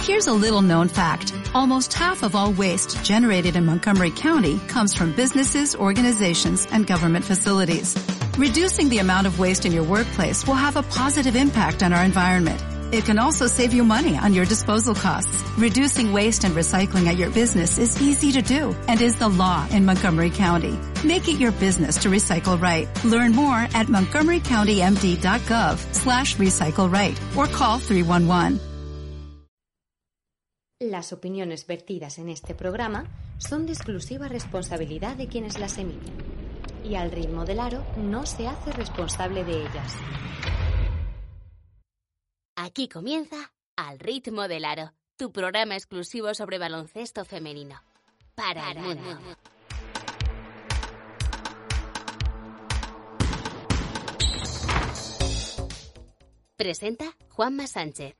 Here's a little known fact. Almost half of all waste generated in Montgomery County comes from businesses, organizations, and government facilities. Reducing the amount of waste in your workplace will have a positive impact on our environment. It can also save you money on your disposal costs. Reducing waste and recycling at your business is easy to do and is the law in Montgomery County. Make it your business to recycle right. Learn more at montgomerycountymd.gov/recycle right or call 311. Las opiniones vertidas en este programa son de exclusiva responsabilidad de quienes las emiten, y Al Ritmo del Aro no se hace responsable de ellas. Aquí comienza Al Ritmo del Aro, tu programa exclusivo sobre baloncesto femenino. Para el mundo. Presenta Juanma Sánchez.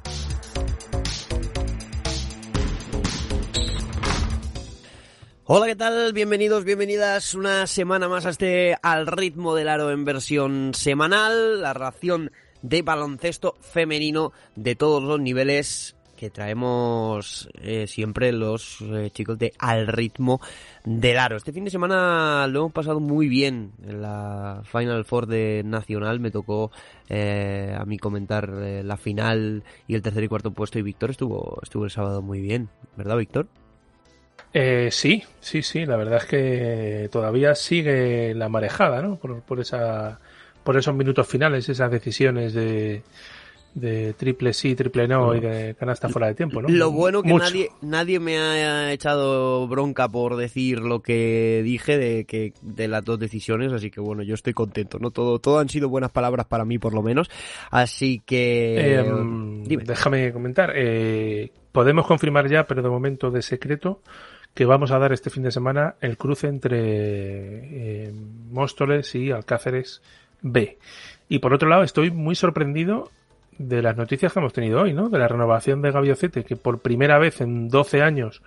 Hola, ¿qué tal? Bienvenidos, bienvenidas una semana más a este Al Ritmo del Aro en versión semanal, la ración de baloncesto femenino de todos los niveles que traemos siempre los chicos de Al Ritmo del Aro. Este fin de semana lo hemos pasado muy bien en la Final Four de Nacional. Me tocó a mí comentar la final y el tercer y cuarto puesto, y Víctor estuvo el sábado muy bien, ¿verdad, Víctor? Sí, la verdad es que todavía sigue la marejada, ¿no? Por esos minutos finales, esas decisiones de triple sí, triple no y de canasta fuera de tiempo, ¿no? Lo bueno que nadie me ha echado bronca por decir lo que dije de las dos decisiones, así que bueno, yo estoy contento, ¿no? Todo han sido buenas palabras para mí, por lo menos, así que dime. Déjame comentar, podemos confirmar ya, pero de momento de secreto, que vamos a dar este fin de semana el cruce entre Móstoles y Alcáceres B. Y por otro lado, estoy muy sorprendido de las noticias que hemos tenido hoy, ¿no? De la renovación de Gabi Ocete, que por segunda vez en 12,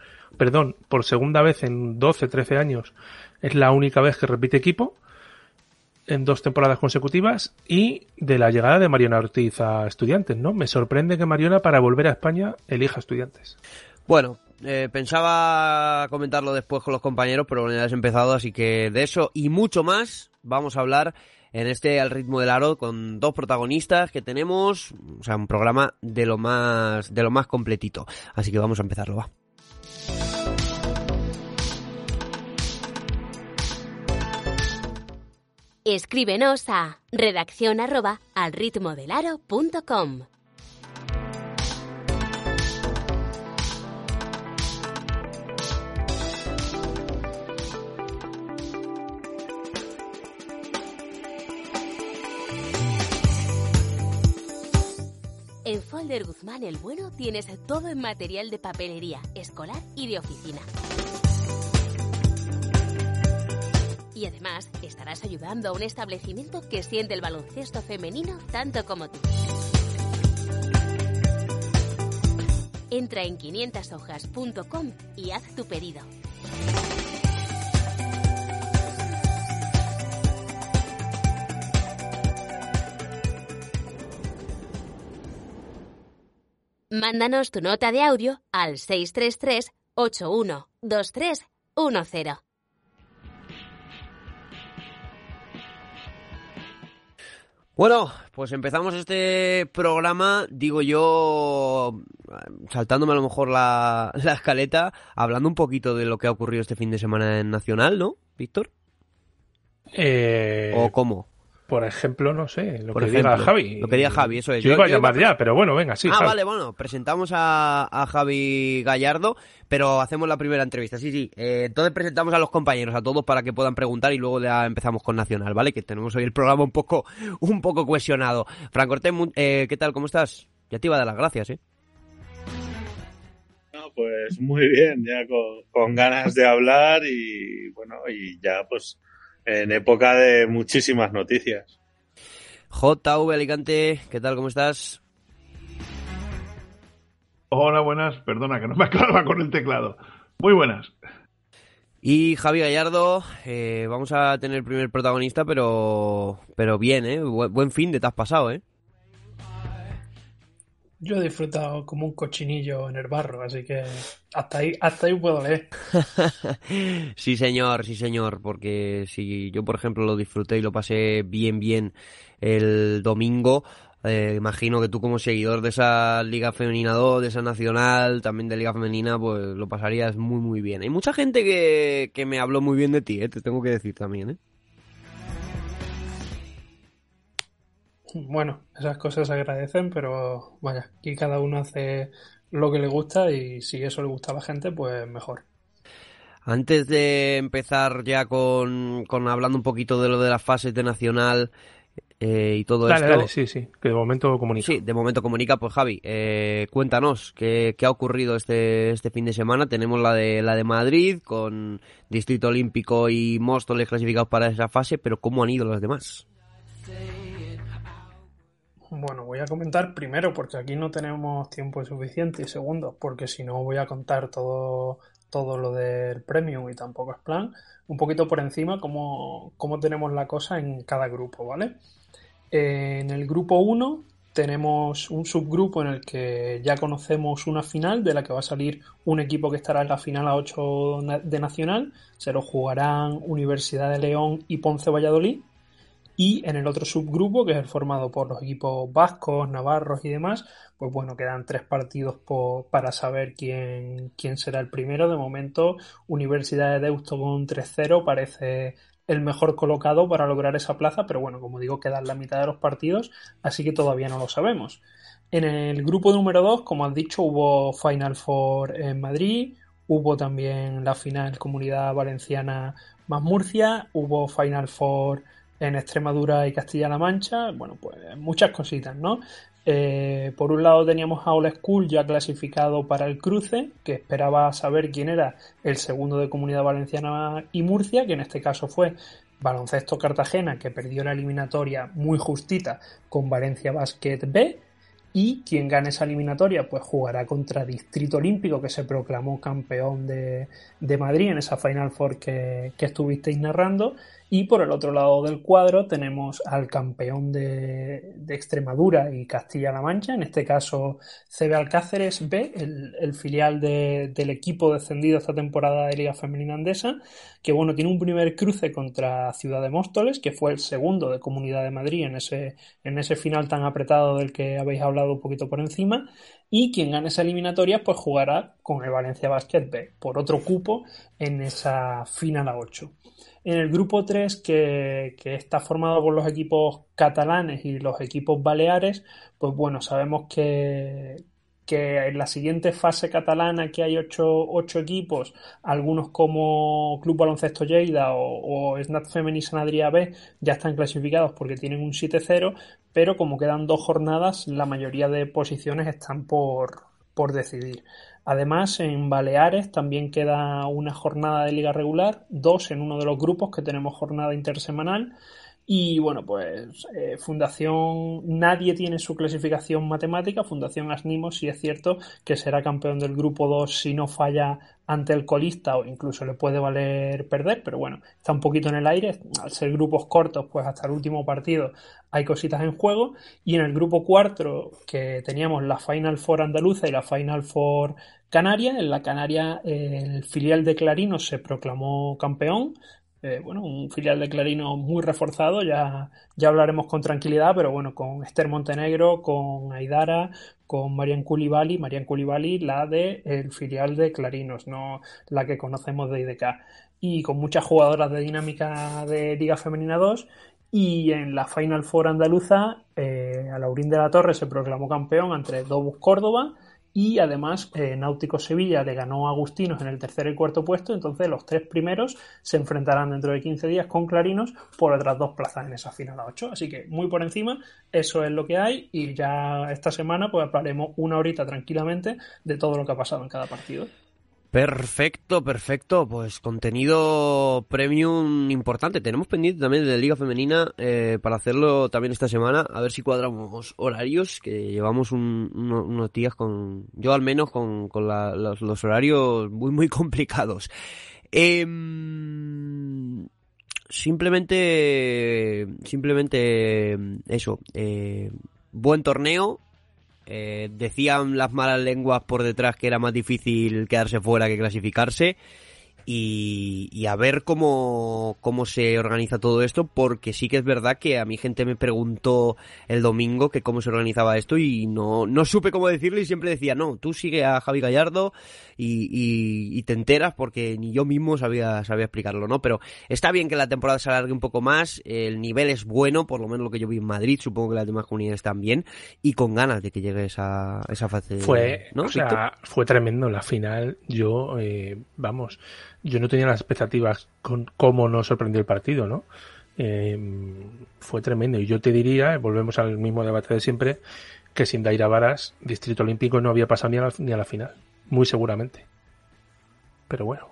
13 años, es la única vez que repite equipo en 2 temporadas consecutivas, y de la llegada de Mariona Ortiz a Estudiantes, ¿no? Me sorprende que Mariona, para volver a España, elija Estudiantes. Bueno, pensaba comentarlo después con los compañeros, pero bueno, ya has empezado, así que de eso y mucho más vamos a hablar en este Al Ritmo del Aro con dos protagonistas que tenemos, o sea, un programa de lo más completito. Así que vamos a empezarlo, va. Escríbenos a redaccion@alritmodelaro.com. En Folder Guzmán el Bueno tienes todo en material de papelería, escolar y de oficina. Y además estarás ayudando a un establecimiento que siente el baloncesto femenino tanto como tú. Entra en 500hojas.com y haz tu pedido. Mándanos tu nota de audio al 633-812310. Bueno, pues empezamos este programa, digo yo, saltándome a lo mejor la escaleta, hablando un poquito de lo que ha ocurrido este fin de semana en Nacional, ¿no, Víctor? ¿O cómo? Por ejemplo, no sé, lo que diga Javi. Lo que diga Javi, eso es. Yo iba a llamar ya, pero bueno, venga, sí. Javi. Vale, bueno, presentamos a Javi Gallardo, pero hacemos la primera entrevista, sí. Entonces presentamos a los compañeros, a todos, para que puedan preguntar, y luego ya empezamos con Nacional, ¿vale? Que tenemos hoy el programa un poco cohesionado. Fran Cortés, ¿qué tal? ¿Cómo estás? Ya te iba a dar las gracias, ¿eh? No, pues muy bien, ya con ganas de hablar y bueno, y ya pues en época de muchísimas noticias. JV Alicante, ¿qué tal? ¿Cómo estás? Hola, buenas. Perdona, que no me aclaraba con el teclado. Muy buenas. Y Javi Gallardo, vamos a tener el primer protagonista, pero bien, ¿eh? Buen fin de te has pasado, ¿eh? Yo he disfrutado como un cochinillo en el barro, así que hasta ahí puedo leer. Sí, señor, porque si yo, por ejemplo, lo disfruté y lo pasé bien el domingo, imagino que tú como seguidor de esa Liga Femenina 2, de esa Nacional, también de Liga Femenina, pues lo pasarías muy bien. Hay mucha gente que me habló muy bien de ti, te tengo que decir también, ¿eh? Bueno, esas cosas se agradecen, pero vaya, aquí cada uno hace lo que le gusta y si eso le gusta a la gente, pues mejor. Antes de empezar ya con hablando un poquito de lo de las fases de Nacional y todo Dale, esto, sí, que de momento comunica. sí, de momento comunica, pues Javi, cuéntanos qué ha ocurrido este fin de semana. Tenemos la de Madrid con Distrito Olímpico y Móstoles clasificados para esa fase, pero ¿cómo han ido las demás? Bueno, voy a comentar primero porque aquí no tenemos tiempo suficiente y segundo porque si no voy a contar todo lo del Premium y tampoco es plan. Un poquito por encima cómo tenemos la cosa en cada grupo, ¿vale? En el grupo 1 tenemos un subgrupo en el que ya conocemos una final de la que va a salir un equipo que estará en la final a 8 de Nacional. Se lo jugarán Universidad de León y Ponce Valladolid. Y en el otro subgrupo, que es el formado por los equipos vascos, navarros y demás, pues bueno, quedan 3 partidos para saber quién será el primero. De momento, Universidad de Deusto con 3-0 parece el mejor colocado para lograr esa plaza, pero bueno, como digo, quedan la mitad de los partidos, así que todavía no lo sabemos. En el grupo número 2, como has dicho, hubo Final Four en Madrid, hubo también la final Comunidad Valenciana más Murcia, hubo Final Four en Extremadura y Castilla-La Mancha, bueno, pues muchas cositas, ¿no? Por un lado teníamos a All School ya clasificado para el cruce, que esperaba saber quién era el segundo de Comunidad Valenciana y Murcia, que en este caso fue Baloncesto Cartagena, que perdió la eliminatoria muy justita con Valencia Basket B, y quien gane esa eliminatoria pues jugará contra Distrito Olímpico, que se proclamó campeón de Madrid en esa Final Four que estuvisteis narrando. Y por el otro lado del cuadro tenemos al campeón de Extremadura y Castilla-La Mancha, en este caso CB Alcáceres B, el filial del equipo descendido esta temporada de Liga Femenina Andesa, que bueno, tiene un primer cruce contra Ciudad de Móstoles, que fue el segundo de Comunidad de Madrid en ese final tan apretado del que habéis hablado un poquito por encima, y quien gane esa eliminatoria pues jugará con el Valencia Basket B por otro cupo en esa final a 8. En el grupo 3, que está formado por los equipos catalanes y los equipos baleares, pues bueno, sabemos que en la siguiente fase catalana, que hay 8 equipos, algunos como Club Baloncesto Lleida o Snat Femení Sant Adrià B ya están clasificados porque tienen un 7-0, pero como quedan 2 jornadas, la mayoría de posiciones están por decidir. Además, en Baleares también queda una jornada de liga regular, 2 en uno de los grupos, que tenemos jornada intersemanal. Y bueno, pues Fundación, nadie tiene su clasificación matemática. Fundación Asnimo sí es cierto que será campeón del grupo 2 si no falla ante el colista, o incluso le puede valer perder, pero bueno, está un poquito en el aire. Al ser grupos cortos, pues hasta el último partido hay cositas en juego. Y en el grupo 4, que teníamos la Final Four andaluza y la Final Four canaria, en la Canaria el filial de Clarino se proclamó campeón. Bueno, un filial de Clarino muy reforzado, ya hablaremos con tranquilidad, pero bueno, con Esther Montenegro, con Aidara, con Marian Coulibaly, la de el filial de Clarinos, no la que conocemos de IDK, y con muchas jugadoras de dinámica de Liga Femenina 2. Y en la Final Four andaluza, Alaurín de la Torre se proclamó campeón ante Dobus Córdoba. Y además Náutico Sevilla le ganó a Agustinos en el tercer y cuarto puesto, entonces los 3 primeros se enfrentarán dentro de 15 días con Clarinos por otras 2 plazas en esa final a 8, así que muy por encima, eso es lo que hay, y ya esta semana pues hablaremos una horita tranquilamente de todo lo que ha pasado en cada partido. Perfecto, pues contenido premium importante. Tenemos pendiente también de Liga Femenina para hacerlo también esta semana, a ver si cuadramos horarios, que llevamos unos días yo al menos con los horarios muy complicados. Simplemente eso, buen torneo. decían las malas lenguas por detrás que era más difícil quedarse fuera que clasificarse. Y a ver cómo se organiza todo esto, porque sí que es verdad que a mi gente me preguntó el domingo que cómo se organizaba esto y no supe cómo decirle, y siempre decía, no, tú sigue a Javi Gallardo y te enteras, porque ni yo mismo sabía explicarlo, ¿no? Pero está bien que la temporada se alargue un poco más, el nivel es bueno, por lo menos lo que yo vi en Madrid, supongo que las demás comunidades también, y con ganas de que llegue esa fase. ¿No, Víctor? Fue tremendo la final. Yo no tenía las expectativas con cómo nos sorprendió el partido, ¿no? Fue tremendo. Y yo te diría, volvemos al mismo debate de siempre, que sin Daira Varas, Distrito Olímpico no había pasado ni a la final. Muy seguramente. Pero bueno.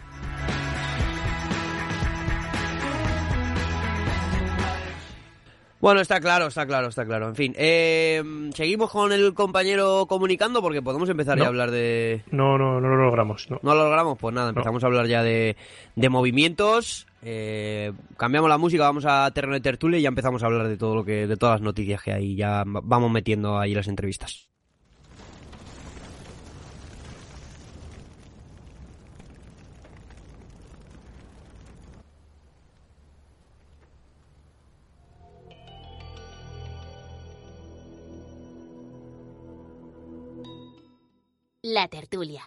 Bueno, está claro. En fin, seguimos con el compañero comunicando, porque podemos empezar ya a hablar de... No lo logramos. No lo logramos, pues nada, empezamos a hablar ya de movimientos. Cambiamos la música, vamos a terreno de tertulia y ya empezamos a hablar de de todas las noticias que hay. Ya vamos metiendo ahí las entrevistas. La tertulia.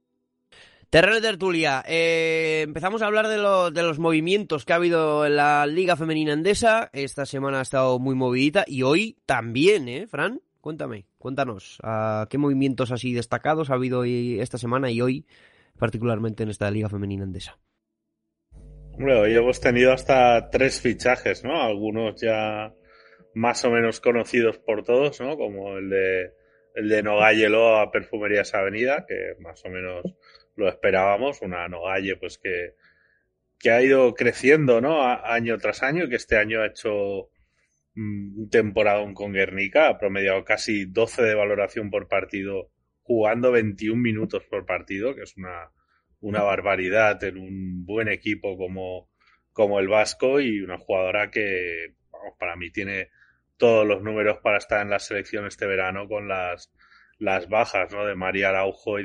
Terreno de tertulia. Empezamos a hablar de los movimientos que ha habido en la Liga Femenina Endesa. Esta semana ha estado muy movidita y hoy también, Fran. Cuéntanos, ¿qué movimientos así destacados ha habido esta semana y hoy, particularmente en esta Liga Femenina Endesa? Hombre, hoy hemos tenido hasta 3 fichajes, ¿no? Algunos ya más o menos conocidos por todos, ¿no? Como el de Nogayelo a Perfumerías Avenida, que más o menos lo esperábamos, una Nogalle pues que ha ido creciendo, ¿no? Año tras año, que este año ha hecho un temporadón con Guernica, ha promediado casi 12 de valoración por partido, jugando 21 minutos por partido, que es una barbaridad en un buen equipo como el Vasco, y una jugadora que, vamos, para mí tiene todos los números para estar en la selección este verano, con las bajas, ¿no? De María Araujo y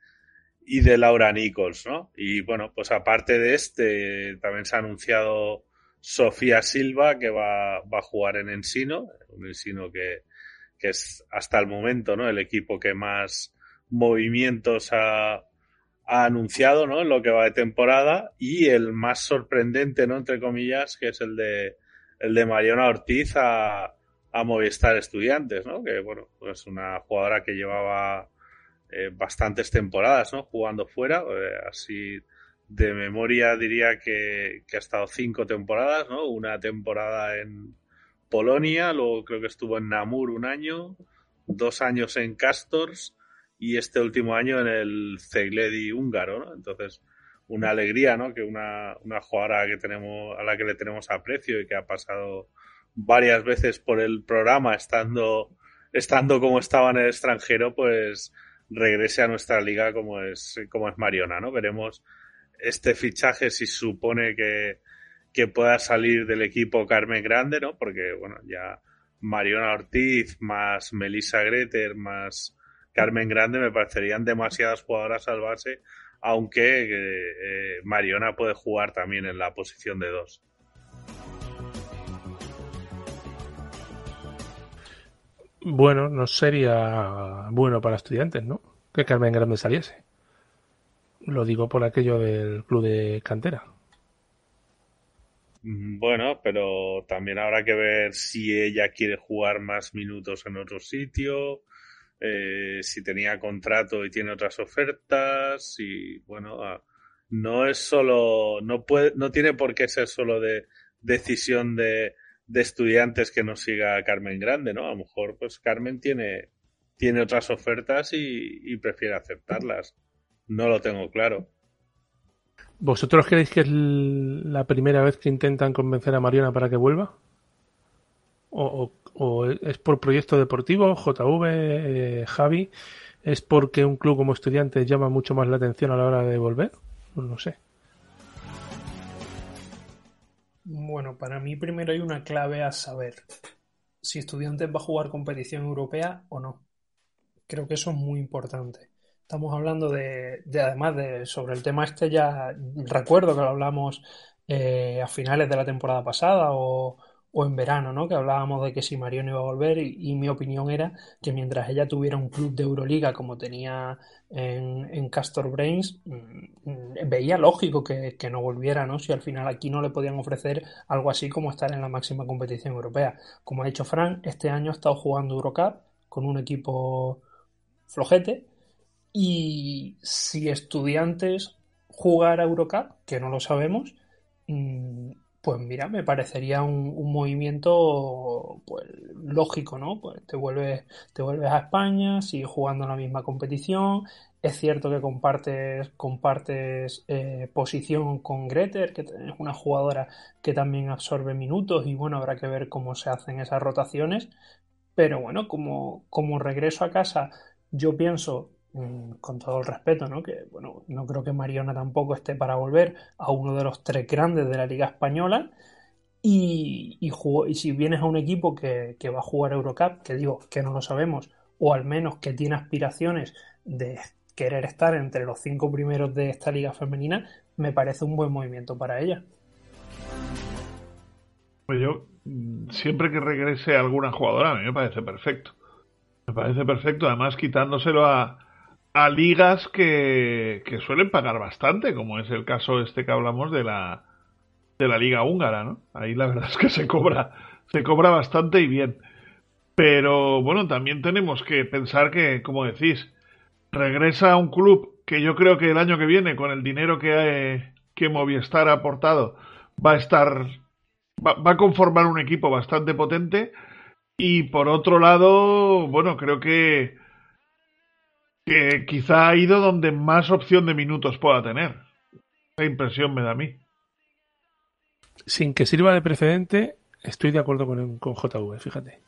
de Laura Nichols, ¿no? Y bueno, pues aparte de también se ha anunciado Sofía Silva, que va a jugar en Ensino, un Ensino que es hasta el momento, ¿no? El equipo que más movimientos ha anunciado, ¿no? En lo que va de temporada, y el más sorprendente, ¿no? Entre comillas, que es el de Mariona Ortiz a Movistar Estudiantes, ¿no? Que, bueno, pues una jugadora que llevaba bastantes temporadas, ¿no? Jugando fuera, así de memoria diría que ha estado 5 temporadas, ¿no? Una temporada en Polonia, luego creo que estuvo en Namur un año, 2 años en Castors y este último año en el Ceglédi húngaro, ¿no? Entonces, una alegría, ¿no? Que una jugadora a la que le tenemos aprecio y que ha pasado varias veces por el programa estando como estaba en el extranjero, pues regrese a nuestra liga como es Mariona, ¿no? Veremos este fichaje si supone que pueda salir del equipo Carmen Grande, ¿no? Porque, bueno, ya Mariona Ortiz más Melissa Greter más Carmen Grande me parecerían demasiadas jugadoras al base, aunque Mariona puede jugar también en la posición de 2. Bueno, no sería bueno para Estudiantes, ¿no? Que Carmen Grande saliese. Lo digo por aquello del club de cantera. Bueno, pero también habrá que ver si ella quiere jugar más minutos en otro sitio, si tenía contrato y tiene otras ofertas, y bueno, no es solo, no tiene por qué ser solo de decisión de Estudiantes que no siga a Carmen Grande, ¿no? A lo mejor pues Carmen tiene otras ofertas y prefiere aceptarlas. No lo tengo claro. ¿Vosotros creéis que es la primera vez que intentan convencer a Mariona para que vuelva? ¿O es por proyecto deportivo, JV, Javi? ¿Es porque un club como Estudiantes llama mucho más la atención a la hora de volver? No sé. Bueno, para mí primero hay una clave a saber: si Estudiantes va a jugar competición europea o no. Creo que eso es muy importante. Estamos hablando además sobre el tema este, ya recuerdo que lo hablamos a finales de la temporada pasada o en verano, ¿no? Que hablábamos de que si Mariona iba a volver y mi opinión era que mientras ella tuviera un club de Euroliga como tenía en Castor Brains, veía lógico que no volviera, ¿no? Si al final aquí no le podían ofrecer algo así como estar en la máxima competición europea. Como ha dicho Fran, este año ha estado jugando Eurocup con un equipo flojete, y si Estudiantes jugara Eurocup, que no lo sabemos, pues mira, me parecería un movimiento pues lógico, ¿no? Pues te vuelves a España, sigues jugando en la misma competición. Es cierto que compartes posición con Greter, que es una jugadora que también absorbe minutos, y bueno, habrá que ver cómo se hacen esas rotaciones. Pero bueno, como regreso a casa, yo pienso, con todo el respeto, ¿no? Que bueno, no creo que Mariona tampoco esté para volver a uno de los 3 grandes de la Liga Española. Y si vienes a un equipo que va a jugar Eurocup, que digo que no lo sabemos, o al menos que tiene aspiraciones de querer estar entre los 5 primeros de esta liga femenina, me parece un buen movimiento para ella. Pues yo, siempre que regrese alguna jugadora, a mí me parece perfecto. Me parece perfecto, además quitándoselo a ligas que suelen pagar bastante, como es el caso este que hablamos de la liga húngara, ¿no? Ahí la verdad es que se cobra bastante y bien. Pero bueno, también tenemos que pensar que, como decís, regresa a un club que yo creo que el año que viene, con el dinero que Movistar ha aportado, va a conformar un equipo bastante potente. Y por otro lado, bueno, creo que quizá ha ido donde más opción de minutos pueda tener. Esa impresión me da a mí. Sin que sirva de precedente, estoy de acuerdo con JV, fíjate.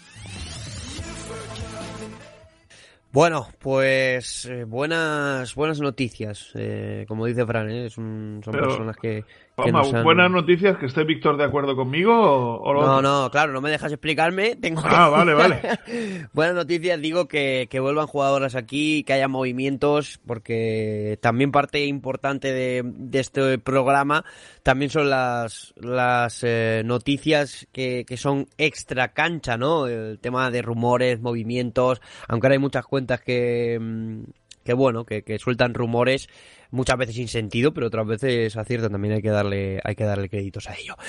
Bueno, pues buenas noticias, como dice Fran, son personas que nos han... ¿Buenas noticias que esté Víctor de acuerdo conmigo o lo otro? No, claro, no me dejas explicarme. Vale. Buenas noticias, digo que vuelvan jugadoras aquí, que haya movimientos, porque también parte importante de este programa también son las noticias que son extra cancha, ¿no? El tema de rumores, movimientos, aunque ahora hay muchas cuentas que sueltan rumores, muchas veces sin sentido, pero otras veces aciertan. También hay que darle créditos a ello.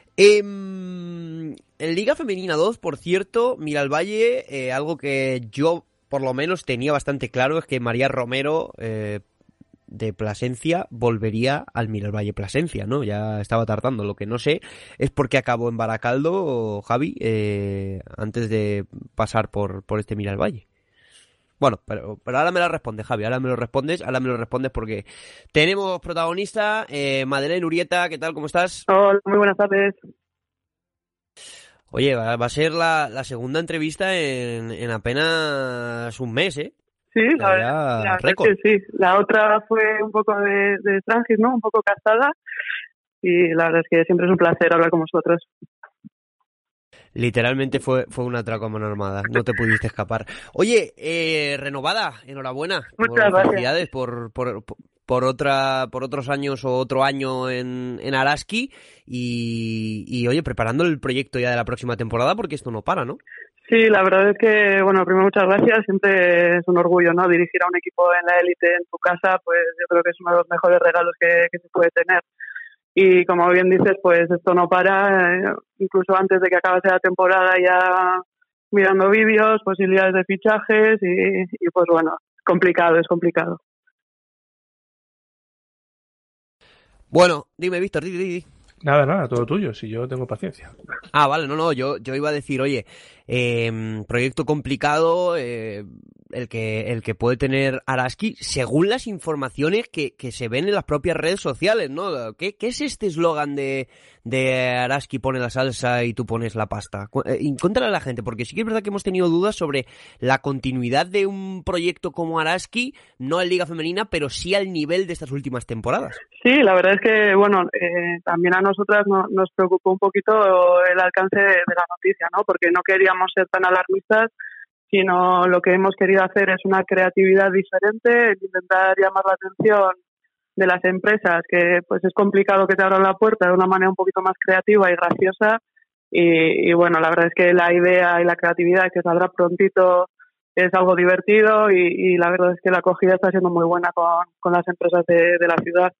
En Liga Femenina 2, por cierto, Miralvalle, algo que yo por lo menos tenía bastante claro es que María Romero de Plasencia volvería al Miralvalle Plasencia, ¿no? Ya estaba tardando. Lo que no sé es por qué acabó en Baracaldo, Javi, antes de pasar por este Miralvalle. Bueno, pero ahora me la respondes, Javi, ahora me lo respondes porque tenemos protagonista, Madeleine Urieta. ¿Qué tal? ¿Cómo estás? Hola, muy buenas tardes. Oye, va a ser la segunda entrevista en apenas un mes, ¿eh? Sí, la verdad es que sí. La otra fue un poco de Strangis, ¿no? Un poco casada, y la verdad es que siempre es un placer hablar con vosotros. Literalmente fue un atraco a mano armada, no te pudiste escapar. Oye, renovada, enhorabuena. Muchas gracias. Felicidades por otros años o otro año en Araski y oye, preparando el proyecto ya de la próxima temporada, porque esto no para, ¿no? Sí, la verdad es que, bueno, primero muchas gracias. Siempre es un orgullo, ¿no? Dirigir a un equipo en la élite en tu casa, pues yo creo que es uno de los mejores regalos que se puede tener. Y como bien dices, pues esto no para, incluso antes de que acabase la temporada ya mirando vídeos, posibilidades de fichajes y pues bueno, es complicado. Bueno, dime, Víctor, di. Nada, todo tuyo, si yo tengo paciencia. Ah, vale, no, yo iba a decir, oye, proyecto complicado, el que puede tener Araski, según las informaciones que se ven en las propias redes sociales, ¿no? ¿Qué es este eslogan de Araski pone la salsa y tú pones la pasta? Cuéntale a la gente, porque sí que es verdad que hemos tenido dudas sobre la continuidad de un proyecto como Araski, no en Liga Femenina, pero sí al nivel de estas últimas temporadas. Sí, la verdad es que, bueno, también a nosotras nos preocupó un poquito el alcance de la noticia, ¿no? Porque no queríamos ser tan alarmistas, sino lo que hemos querido hacer es una creatividad diferente, intentar llamar la atención de las empresas, que pues es complicado que te abran la puerta de una manera un poquito más creativa y graciosa. Y bueno, la verdad es que la idea y la creatividad que saldrá prontito es algo divertido y la verdad es que la acogida está siendo muy buena con las empresas de la ciudad.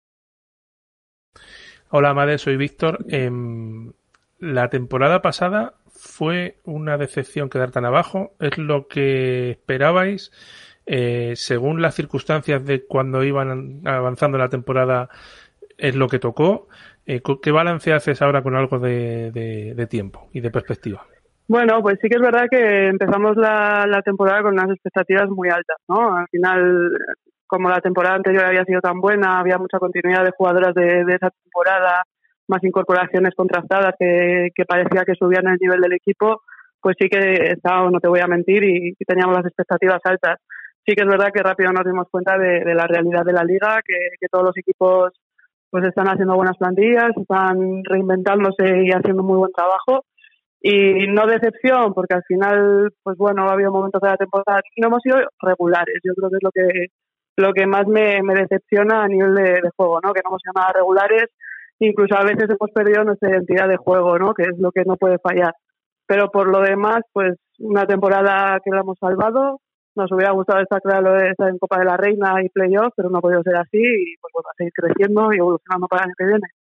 Hola, Amade, soy Víctor. La temporada pasada fue una decepción quedar tan abajo. ¿Es lo que esperabais? Según las circunstancias de cuando iban avanzando la temporada, ¿es lo que tocó? ¿Qué balance haces ahora con algo de tiempo y de perspectiva? Bueno, pues sí que es verdad que empezamos la temporada con unas expectativas muy altas, ¿no? Al final, como la temporada anterior había sido tan buena, había mucha continuidad de jugadoras de esa temporada, más incorporaciones contrastadas que parecía que subían el nivel del equipo, pues sí que estaba, no te voy a mentir, y teníamos las expectativas altas. Sí que es verdad que rápido nos dimos cuenta de la realidad de la liga, que todos los equipos pues están haciendo buenas plantillas, están reinventándose y haciendo muy buen trabajo. Y no decepción, porque al final, pues bueno, ha habido momentos de la temporada, no hemos sido regulares. Yo creo que es lo que más me decepciona a nivel de juego, ¿no? Que no hemos sido nada regulares, incluso a veces hemos perdido nuestra identidad de juego, ¿no? Que es lo que no puede fallar. Pero por lo demás, pues una temporada que la hemos salvado. Nos hubiera gustado estar en Copa de la Reina y Playoff, pero no ha podido ser así y pues bueno, a seguir creciendo y evolucionando para el año que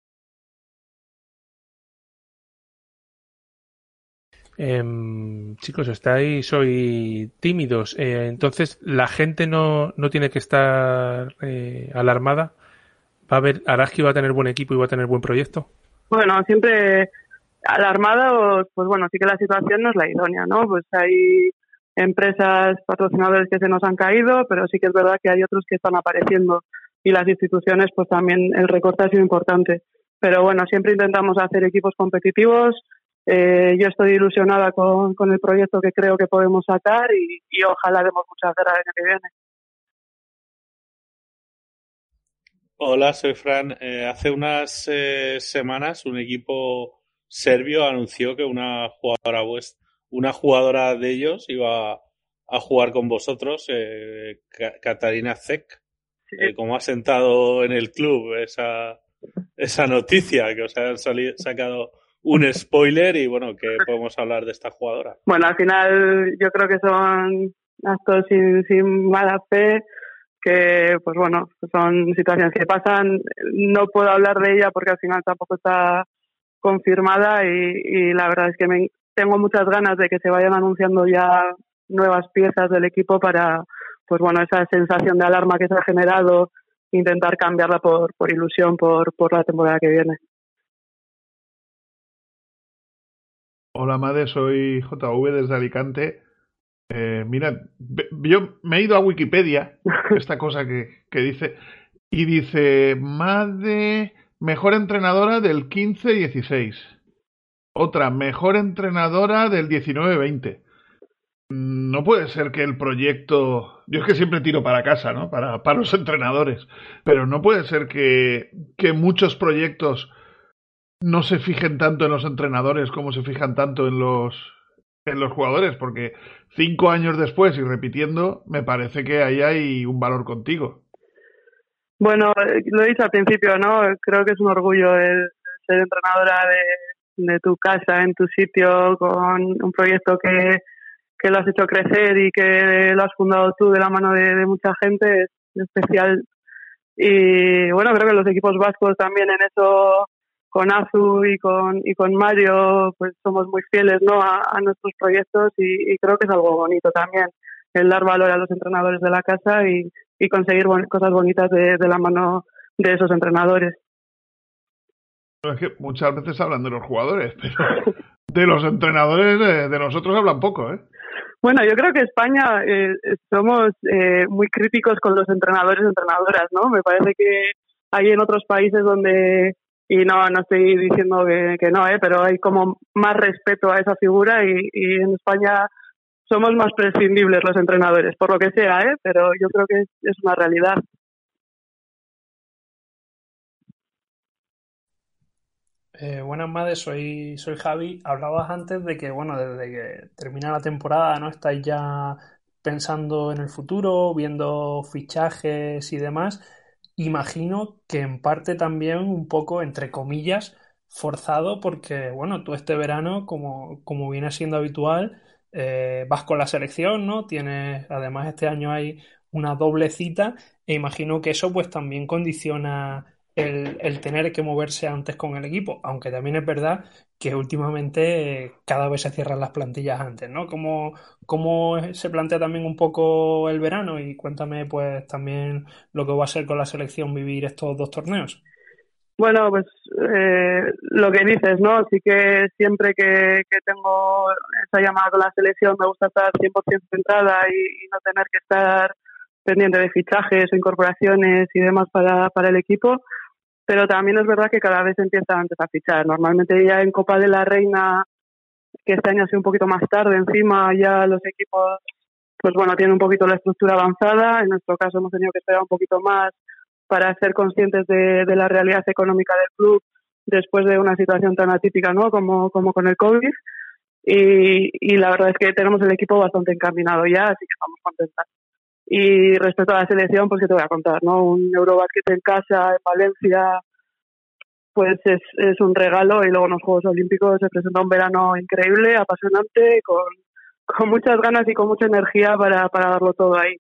viene. Chicos, estáis hoy tímidos, entonces la gente no tiene que estar alarmada. Araski va a tener buen equipo y va a tener buen proyecto. Bueno, siempre alarmada, pues bueno, sí que la situación no es la idónea, ¿no? Pues hay empresas, patrocinadores que se nos han caído, pero sí que es verdad que hay otros que están apareciendo y las instituciones, pues también el recorte ha sido importante. Pero bueno, siempre intentamos hacer equipos competitivos. Yo estoy ilusionada con el proyecto que creo que podemos sacar y ojalá demos mucha guerra el año que viene. Hola, soy Fran. Hace unas semanas un equipo serbio anunció que una jugadora de ellos iba a jugar con vosotros, Katarina Zek. Sí. ¿Cómo ha sentado en el club esa noticia? Que os han sacado un spoiler y bueno, ¿qué podemos hablar de esta jugadora? Bueno, al final yo creo que son actos sin mala fe, que pues bueno, son situaciones que pasan. No puedo hablar de ella porque al final tampoco está confirmada y la verdad es que tengo muchas ganas de que se vayan anunciando ya nuevas piezas del equipo para, pues bueno, esa sensación de alarma que se ha generado, intentar cambiarla por ilusión por la temporada que viene. Hola, Made, soy JV desde Alicante. Mira, yo me he ido a Wikipedia, esta cosa que dice, y dice, Made, mejor entrenadora del 15-16. Otra, mejor entrenadora del 19-20. No puede ser que el proyecto... Yo es que siempre tiro para casa, ¿no? Para los entrenadores. Pero no puede ser que muchos proyectos no se fijen tanto en los entrenadores como se fijan tanto en los jugadores, porque 5 años después y repitiendo, me parece que ahí hay un valor contigo. Bueno, lo he dicho al principio, ¿no? Creo que es un orgullo el ser entrenadora de tu casa, en tu sitio, con un proyecto que lo has hecho crecer y que lo has fundado tú de la mano de mucha gente, es especial. Y bueno, creo que los equipos vascos también en eso, con Azu y con Mario, pues somos muy fieles, ¿no? a nuestros proyectos y creo que es algo bonito también, el dar valor a los entrenadores de la casa y conseguir cosas bonitas de la mano de esos entrenadores. Es que muchas veces hablan de los jugadores, pero de los entrenadores de nosotros hablan poco, ¿eh? Bueno, yo creo que España somos muy críticos con los entrenadores y entrenadoras, ¿no? Me parece que hay en otros países donde, y no estoy diciendo que no, pero hay como más respeto a esa figura y en España somos más prescindibles los entrenadores, por lo que sea, pero yo creo que es una realidad. Buenas, Made, soy Javi. Hablabas antes de que, bueno, desde que termina la temporada, ¿no? Estáis ya pensando en el futuro, viendo fichajes y demás. Imagino que en parte también un poco, entre comillas, forzado, porque, bueno, tú este verano, como viene siendo habitual, vas con la selección, ¿no? Tienes, además, este año hay una doble cita, e imagino que eso pues también condiciona el tener que moverse antes con el equipo, aunque también es verdad que últimamente cada vez se cierran las plantillas antes, ¿no? ¿Cómo se plantea también un poco el verano? Y cuéntame pues también lo que va a ser con la selección vivir estos 2 torneos. Bueno, pues lo que dices, ¿no? Sí que siempre que tengo esa llamada con la selección me gusta estar 100% centrada y no tener que estar pendiente de fichajes o incorporaciones y demás para el equipo. Pero también es verdad que cada vez empieza antes a fichar. Normalmente ya en Copa de la Reina, que este año ha sido un poquito más tarde, encima ya los equipos, pues bueno, tienen un poquito la estructura avanzada. En nuestro caso hemos tenido que esperar un poquito más para ser conscientes de la realidad económica del club después de una situación tan atípica, ¿no? como con el COVID. Y la verdad es que tenemos el equipo bastante encaminado ya, así que estamos contentas. Y respecto a la selección, pues qué te voy a contar, ¿no? Un Eurobasket en casa, en Valencia, pues es un regalo, y luego en los Juegos Olímpicos se presenta un verano increíble, apasionante, con muchas ganas y con mucha energía para darlo todo ahí.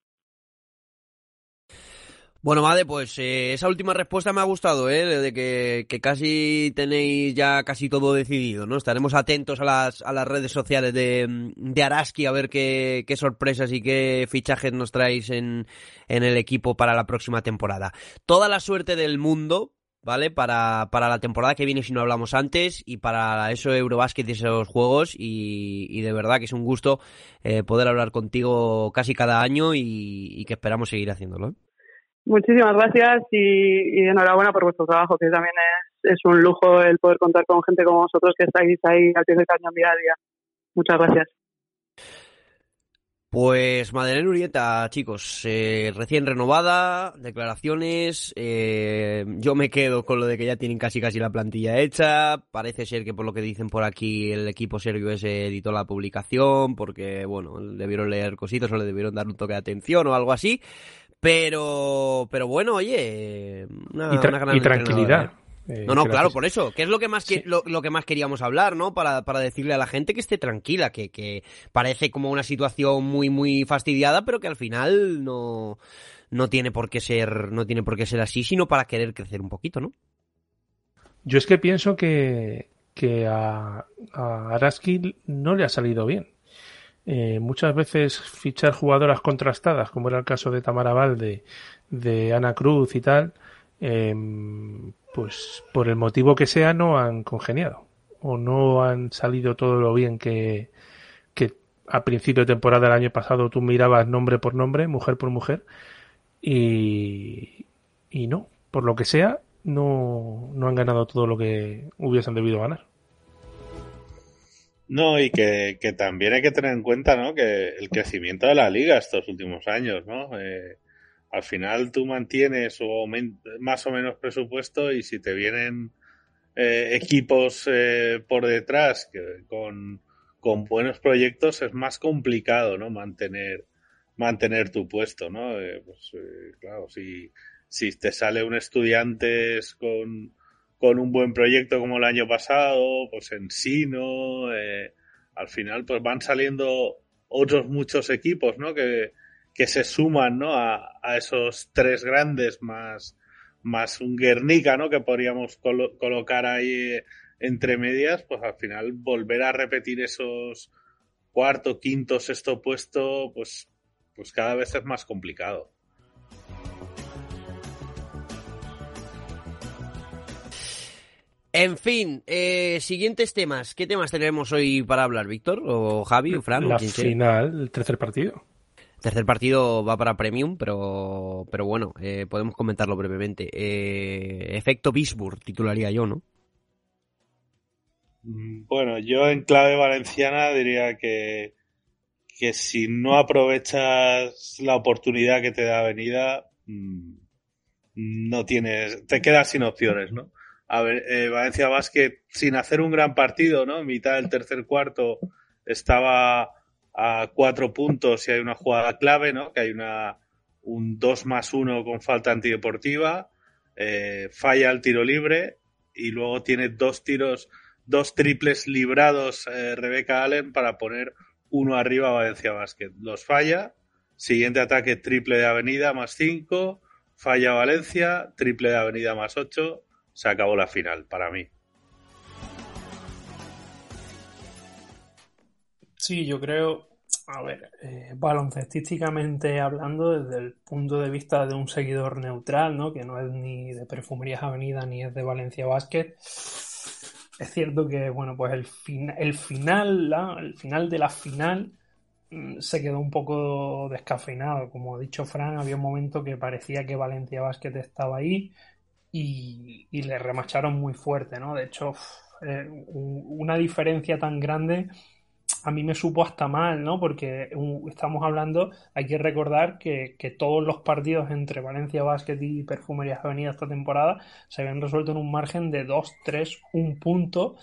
Bueno, Made, pues esa última respuesta me ha gustado, de que casi tenéis ya casi todo decidido, ¿no? Estaremos atentos a las redes sociales de Araski a ver qué sorpresas y qué fichajes nos traéis en el equipo para la próxima temporada. Toda la suerte del mundo, ¿vale? Para la temporada que viene, si no hablamos antes, y para eso Eurobasket y esos juegos, y de verdad que es un gusto poder hablar contigo casi cada año y que esperamos seguir haciéndolo, ¿eh? Muchísimas gracias y enhorabuena por vuestro trabajo, que también es un lujo el poder contar con gente como vosotros que estáis ahí al pie del cañón día a día. Muchas gracias. Pues Madeleine Urieta, chicos, recién renovada, declaraciones, yo me quedo con lo de que ya tienen casi la plantilla hecha. Parece ser que por lo que dicen por aquí el equipo serbio ese editó la publicación porque, bueno, debieron leer cositas o le debieron dar un toque de atención o algo así. Pero bueno, oye, una gran tranquilidad. No, claro, por eso, que es lo que más lo que más queríamos hablar, ¿no? Para decirle a la gente que esté tranquila, que parece como una situación muy fastidiada, pero que al final no tiene por qué ser así, sino para querer crecer un poquito, ¿no? Yo es que pienso que a Araski no le ha salido bien. Muchas veces fichar jugadoras contrastadas, como era el caso de Tamara Valde, de Ana Cruz y tal, pues por el motivo que sea no han congeniado o no han salido todo lo bien que a principio de temporada del año pasado tú mirabas nombre por nombre, mujer por mujer, y no, por lo que sea, no han ganado todo lo que hubiesen debido ganar. No, y que también hay que tener en cuenta, ¿no? Que el crecimiento de la liga estos últimos años, ¿no? Al final tú mantienes más o menos presupuesto, y si te vienen equipos por detrás con buenos proyectos, es más complicado, ¿no? Mantener tu puesto, ¿no? Claro, si te sale un Estudiantes con un buen proyecto como el año pasado, pues Ensino, al final pues van saliendo otros muchos equipos, ¿no? Que se suman, ¿no? A esos tres grandes más un Guernica, ¿no? Que podríamos colocar ahí entre medias, pues al final volver a repetir esos cuarto, quinto, sexto puesto, pues cada vez es más complicado. En fin, siguientes temas. ¿Qué temas tenemos hoy para hablar, Víctor? ¿O Javi? ¿O Fran? La final, el tercer partido. El tercer partido va para Premium, pero bueno, podemos comentarlo brevemente. Efecto Bisburg, titularía yo, ¿no? Bueno, yo en clave valenciana diría que si no aprovechas la oportunidad que te da Avenida, te quedas sin opciones, ¿no? Valencia Basket, sin hacer un gran partido, ¿no? En mitad del tercer cuarto estaba a 4 puntos y hay una jugada clave, ¿no? Que hay un 2+1 con falta antideportiva, falla el tiro libre y luego tiene 2 triples librados Rebecca Allen para poner uno arriba a Valencia Basket. Los falla, siguiente ataque triple de Avenida +5, falla Valencia, triple de Avenida +8, se acabó la final para mí. Sí, yo creo, a ver, baloncestísticamente hablando, desde el punto de vista de un seguidor neutral, ¿no? Que no es ni de Perfumerías Avenida ni es de Valencia Basket, es cierto que, bueno, pues el final de la final se quedó un poco descafeinado. Como ha dicho Fran, había un momento que parecía que Valencia Basket estaba ahí y le remacharon muy fuerte, ¿no? De hecho, una diferencia tan grande a mí me supo hasta mal, ¿no? Porque estamos hablando, hay que recordar que todos los partidos entre Valencia Basket y Perfumerías Avenida esta temporada se habían resuelto en un margen de 2, 3, 1 punto,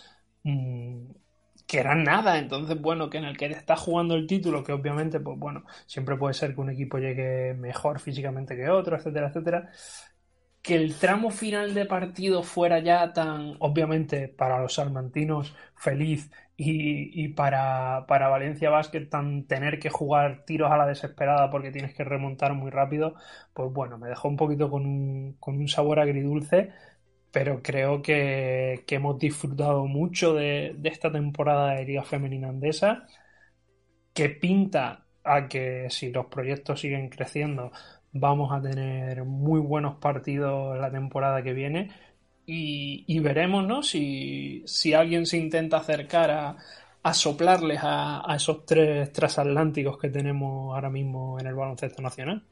que era nada. Entonces, bueno, que en el que está jugando el título, que obviamente, pues bueno, siempre puede ser que un equipo llegue mejor físicamente que otro, etcétera, etcétera. Que el tramo final de partido fuera ya tan, obviamente, para los salmantinos feliz y para Valencia Basket tener que jugar tiros a la desesperada porque tienes que remontar muy rápido, pues bueno, me dejó un poquito con un sabor agridulce, pero creo que hemos disfrutado mucho de esta temporada de Liga Femenina Andesa, que pinta a que si los proyectos siguen creciendo vamos a tener muy buenos partidos la temporada que viene y veremos, ¿no? Si alguien se intenta acercar a soplarles a esos 3 transatlánticos que tenemos ahora mismo en el baloncesto nacional.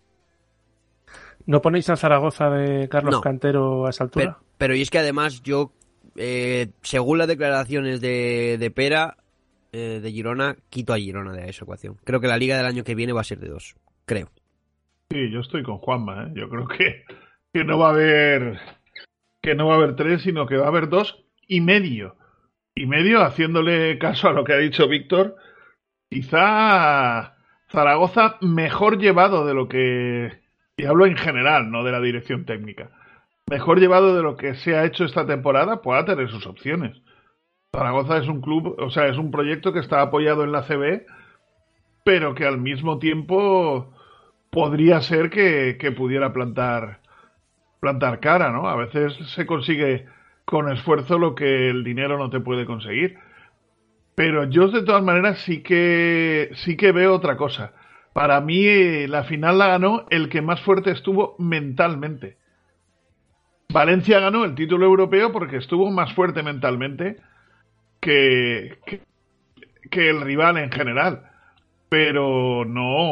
¿No ponéis a Zaragoza de Carlos No. Cantero a esa altura? Pero y es que además yo, según las declaraciones de Pera, de Girona, quito a Girona de esa ecuación. Creo que la liga del año que viene va a ser de 2, creo. Sí, yo estoy con Juanma, ¿eh? Yo creo que no va a haber 3, sino que va a haber 2,5. Y medio, haciéndole caso a lo que ha dicho Víctor, quizá Zaragoza mejor llevado de lo que, y hablo en general, no de la dirección técnica, mejor llevado de lo que se ha hecho esta temporada, pueda tener sus opciones. Zaragoza es un club, o sea, es un proyecto que está apoyado en la CB, pero que al mismo tiempo podría ser que pudiera plantar cara, ¿no? A veces se consigue con esfuerzo lo que el dinero no te puede conseguir. Pero yo de todas maneras sí que veo otra cosa. Para mí la final la ganó el que más fuerte estuvo mentalmente. Valencia ganó el título europeo porque estuvo más fuerte mentalmente que el rival en general. Pero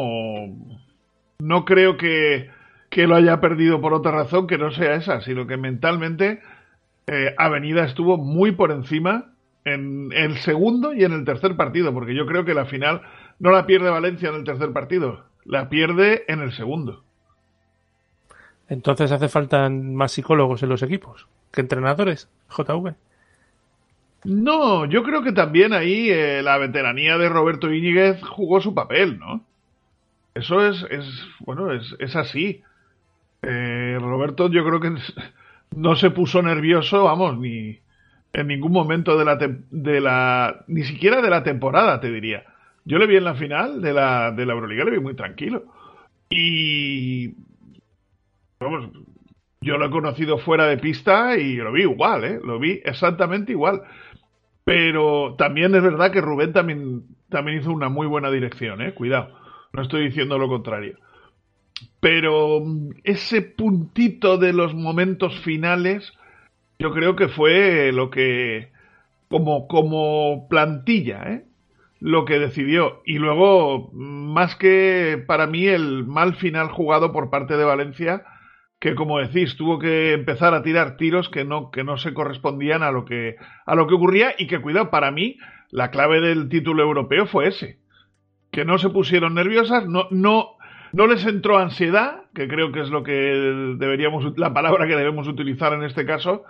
no creo que lo haya perdido por otra razón que no sea esa, sino que mentalmente Avenida estuvo muy por encima en el segundo y en el tercer partido, porque yo creo que la final no la pierde Valencia en el tercer partido, la pierde en el segundo. Entonces hace falta más psicólogos en los equipos que entrenadores, JV. No, yo creo que también ahí la veteranía de Roberto Íñiguez jugó su papel, ¿no? Eso es así. Roberto yo creo que no se puso nervioso, vamos, ni en ningún momento ni siquiera de la temporada, te diría. Yo le vi en la final de la Euroliga, le vi muy tranquilo. Y vamos, yo lo he conocido fuera de pista y lo vi igual, lo vi exactamente igual. Pero también es verdad que Rubén también hizo una muy buena dirección, cuidado, no estoy diciendo lo contrario. Pero ese puntito de los momentos finales yo creo que fue lo que como plantilla, lo que decidió. Y luego, más que para mí el mal final jugado por parte de Valencia, que como decís, tuvo que empezar a tirar tiros que no se correspondían a lo que ocurría, y que, cuidado, para mí la clave del título europeo fue ese, que no se pusieron nerviosas, no les entró ansiedad, que creo que es lo que la palabra que debemos utilizar en este caso,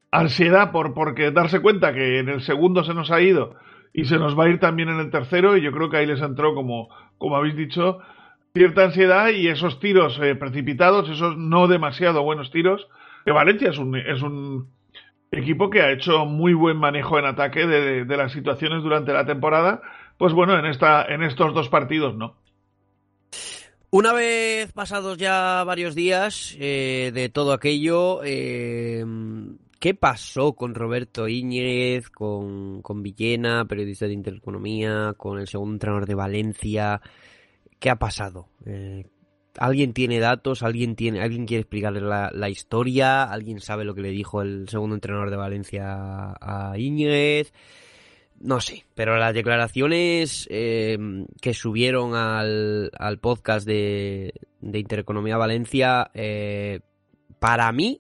ansiedad porque darse cuenta que en el segundo se nos ha ido y se nos va a ir también en el tercero, y yo creo que ahí les entró, como habéis dicho, cierta ansiedad, y esos tiros precipitados, esos no demasiado buenos tiros, que Valencia es un equipo que ha hecho muy buen manejo en ataque de las situaciones durante la temporada, pues bueno, en estos 2 partidos no. Una vez pasados ya varios días de todo aquello, ¿qué pasó con Roberto Íñiguez, con Villena, periodista de Intereconomía, con el segundo entrenador de Valencia? ¿Qué ha pasado? ¿Alguien tiene datos? ¿Alguien quiere explicarle la historia? ¿Alguien sabe lo que le dijo el segundo entrenador de Valencia a Íñiguez? No sé, pero las declaraciones que subieron al podcast de Intereconomía Valencia, para mí,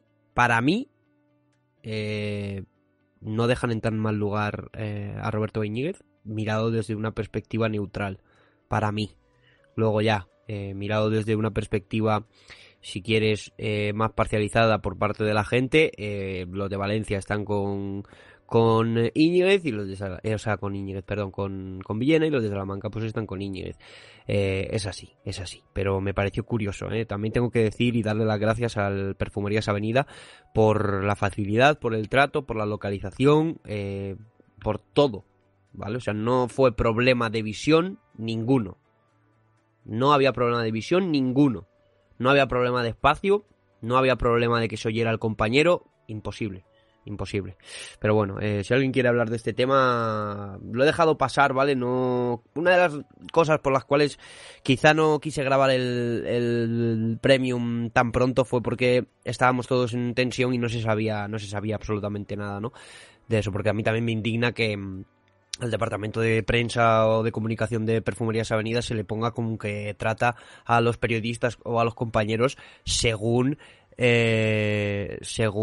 no dejan en tan mal lugar a Roberto Íñiguez, mirado desde una perspectiva neutral, para mí. Luego ya, mirado desde una perspectiva, si quieres, más parcializada por parte de la gente, los de Valencia están con Íñiguez, y los de con Villena, y los de Salamanca pues están con Íñiguez. Es así, pero me pareció curioso, también tengo que decir y darle las gracias al Perfumerías Avenida por la facilidad, por el trato, por la localización, por todo, ¿vale? O sea, no fue problema de visión ninguno. No había problema de visión ninguno. No había problema de espacio, no había problema de que se oyera al compañero, imposible. Pero bueno, si alguien quiere hablar de este tema, lo he dejado pasar, ¿vale? No, una de las cosas por las cuales quizá no quise grabar el Premium tan pronto fue porque estábamos todos en tensión y no se sabía absolutamente nada, ¿no? De eso, porque a mí también me indigna que al departamento de prensa o de comunicación de Perfumerías Avenida se le ponga como que trata a los periodistas o a los compañeros según el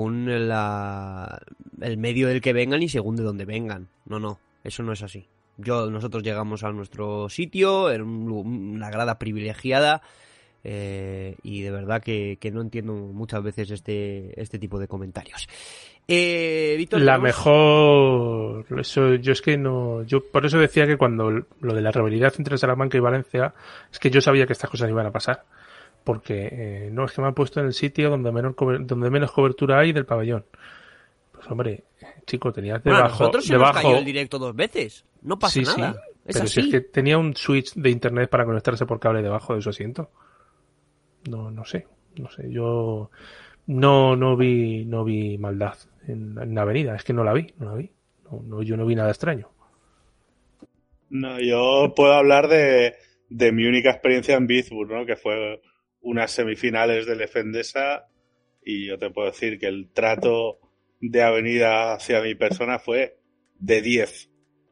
medio del que vengan y según de dónde vengan. No, eso no es así. Nosotros llegamos a nuestro sitio en una grada privilegiada, y de verdad que no entiendo muchas veces este tipo de comentarios. Víctor, la mejor, eso yo es que no, yo por eso decía que cuando lo de la rivalidad entre Salamanca y Valencia, es que yo sabía que estas cosas iban a pasar, porque no, es que me han puesto en el sitio donde menos cobertura hay del pabellón. Pues hombre, chico, tenías debajo, nosotros se nos cayó el directo 2 veces, no pasa nada. Sí, pero si es que tenía un switch de internet para conectarse por cable debajo de su asiento. No sé, yo no vi maldad en la avenida, es que no la vi. Yo no vi nada extraño. No, yo puedo hablar de mi única experiencia en Bithburn, ¿no? Que fue unas semifinales del Efendesa, y yo te puedo decir que el trato de Avenida hacia mi persona fue de 10.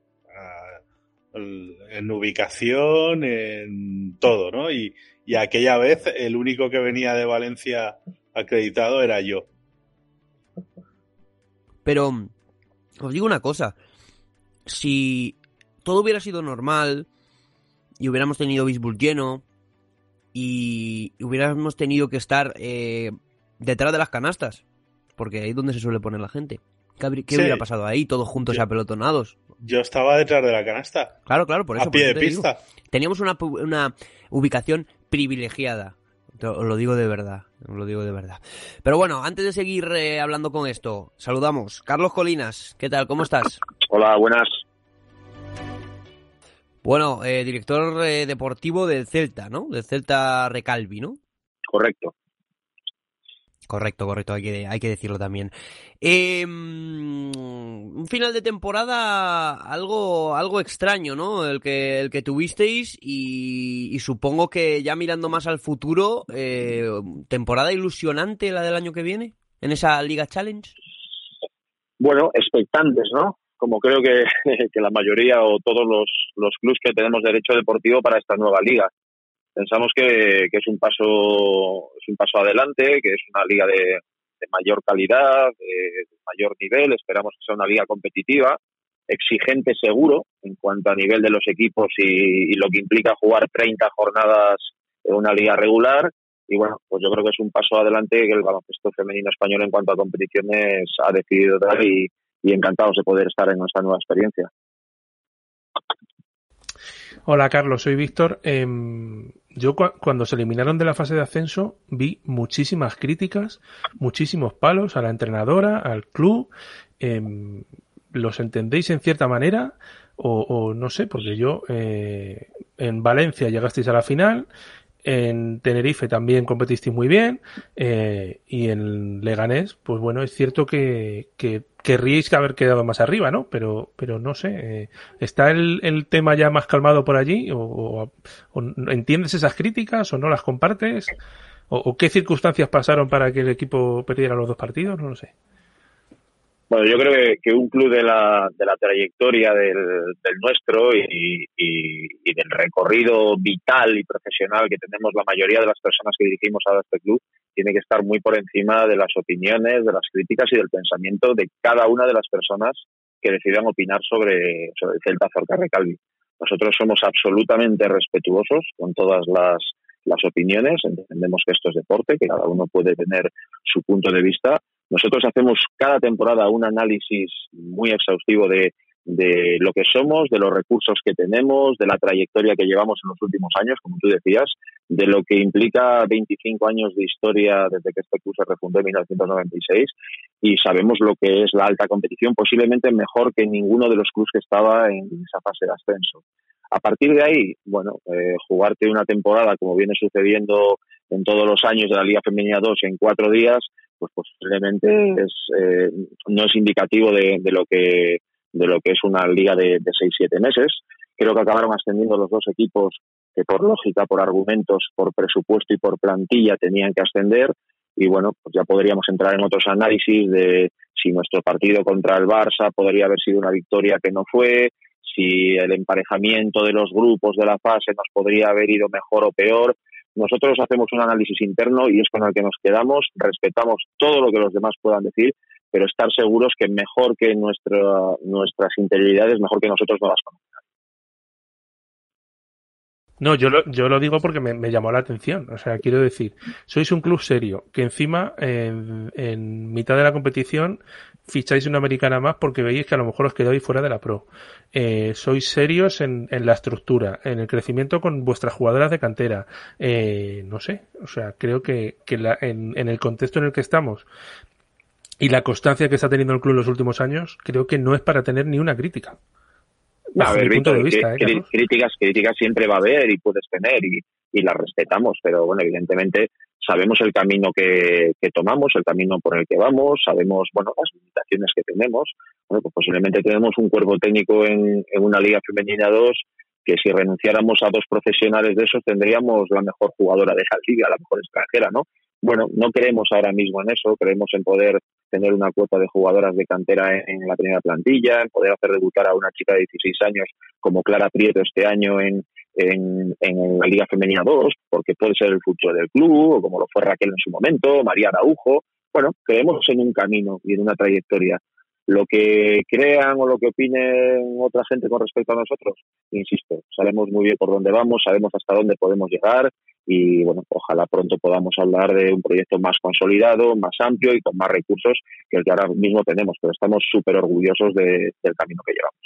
En ubicación, en todo, ¿no? Y aquella vez el único que venía de Valencia acreditado era yo. Pero os digo una cosa, si todo hubiera sido normal y hubiéramos tenido Bithburn lleno y hubiéramos tenido que estar detrás de las canastas, porque ahí es donde se suele poner la gente, ¿qué hubiera pasado ahí, todos juntos apelotonados? Yo estaba detrás de la canasta. Claro, por eso. A pie de pista. Teníamos una ubicación privilegiada. Os lo digo de verdad. Pero bueno, antes de seguir hablando con esto, saludamos. Carlos Colinas, ¿qué tal? ¿Cómo estás? Hola, buenas. Bueno, director deportivo del Celta, ¿no? Del Celta Recalvi, ¿no? Correcto. Correcto, hay que decirlo también. Un final de temporada algo extraño, ¿no? El que tuvisteis, y supongo que ya mirando más al futuro, temporada ilusionante la del año que viene en esa Liga Challenge. Bueno, expectantes, ¿no? Como creo que la mayoría o todos los clubs que tenemos derecho deportivo para esta nueva liga. Pensamos que es un paso adelante, que es una liga de mayor calidad, de mayor nivel. Esperamos que sea una liga competitiva, exigente seguro en cuanto a nivel de los equipos y lo que implica jugar 30 jornadas en una liga regular, bueno, pues yo creo que es un paso adelante que el baloncesto femenino español en cuanto a competiciones ha decidido dar y encantados de poder estar en esta nueva experiencia. Hola Carlos, soy Víctor. Yo cuando se eliminaron de la fase de ascenso vi muchísimas críticas, muchísimos palos a la entrenadora, al club. ¿Los entendéis en cierta manera? O no sé, porque yo en Valencia llegasteis a la final, en Tenerife también competisteis muy bien, y en Leganés, pues bueno, es cierto que querríais que haber quedado más arriba, ¿no? Pero no sé, ¿está el tema ya más calmado por allí? ¿O entiendes esas críticas o no las compartes? ¿O qué circunstancias pasaron para que el equipo perdiera los 2 partidos? No lo sé. Bueno, yo creo que un club de la trayectoria del nuestro y del recorrido vital y profesional que tenemos la mayoría de las personas que dirigimos ahora este club tiene que estar muy por encima de las opiniones, de las críticas y del pensamiento de cada una de las personas que decidan opinar sobre el Celta Zorca Recalvi. Nosotros somos absolutamente respetuosos con todas las opiniones, entendemos que esto es deporte, que cada uno puede tener su punto de vista. Nosotros hacemos cada temporada un análisis muy exhaustivo de lo que somos, de los recursos que tenemos, de la trayectoria que llevamos en los últimos años, como tú decías, de lo que implica 25 años de historia desde que este club se refundó en 1996 y sabemos lo que es la alta competición, posiblemente mejor que ninguno de los clubes que estaba en esa fase de ascenso. A partir de ahí, bueno, jugarte una temporada como viene sucediendo en todos los años de la Liga Femenina 2 en 4 días, pues posiblemente no es indicativo de lo que es una liga de 6-7 meses. Creo que acabaron ascendiendo los 2 equipos que por lógica, por argumentos, por presupuesto y por plantilla tenían que ascender y bueno, pues ya podríamos entrar en otros análisis de si nuestro partido contra el Barça podría haber sido una victoria que no fue, si el emparejamiento de los grupos de la fase nos podría haber ido mejor o peor. Nosotros hacemos un análisis interno y es con el que nos quedamos, respetamos todo lo que los demás puedan decir, pero estar seguros que mejor que nuestras interioridades, mejor que nosotros no las conocemos. No, yo lo digo porque me llamó la atención. O sea, quiero decir, sois un club serio, que encima en mitad de la competición ficháis una americana más porque veis que a lo mejor os quedáis fuera de la Pro. Sois serios en la estructura, en el crecimiento con vuestras jugadoras de cantera. No sé, o sea, creo que en el contexto en el que estamos y la constancia que está teniendo el club en los últimos años, creo que no es para tener ni una crítica. A ver, Víctor, críticas siempre va a haber y puedes tener y las respetamos, pero bueno, evidentemente sabemos el camino que tomamos, el camino por el que vamos, sabemos, bueno, las limitaciones que tenemos. Bueno, pues posiblemente tenemos un cuerpo técnico en una Liga Femenina 2 que si renunciáramos a 2 profesionales de esos tendríamos la mejor jugadora de la liga, la mejor extranjera, ¿no? Bueno, no creemos ahora mismo en eso, creemos en poder tener una cuota de jugadoras de cantera en la primera plantilla, en poder hacer debutar a una chica de 16 años como Clara Prieto este año en la Liga Femenina 2, porque puede ser el futuro del club, o como lo fue Raquel en su momento, María Araujo. Bueno, creemos en un camino y en una trayectoria. Lo que crean o lo que opinen otra gente con respecto a nosotros, insisto, sabemos muy bien por dónde vamos, sabemos hasta dónde podemos llegar y bueno, ojalá pronto podamos hablar de un proyecto más consolidado, más amplio y con más recursos que el que ahora mismo tenemos, pero estamos súper orgullosos del camino que llevamos.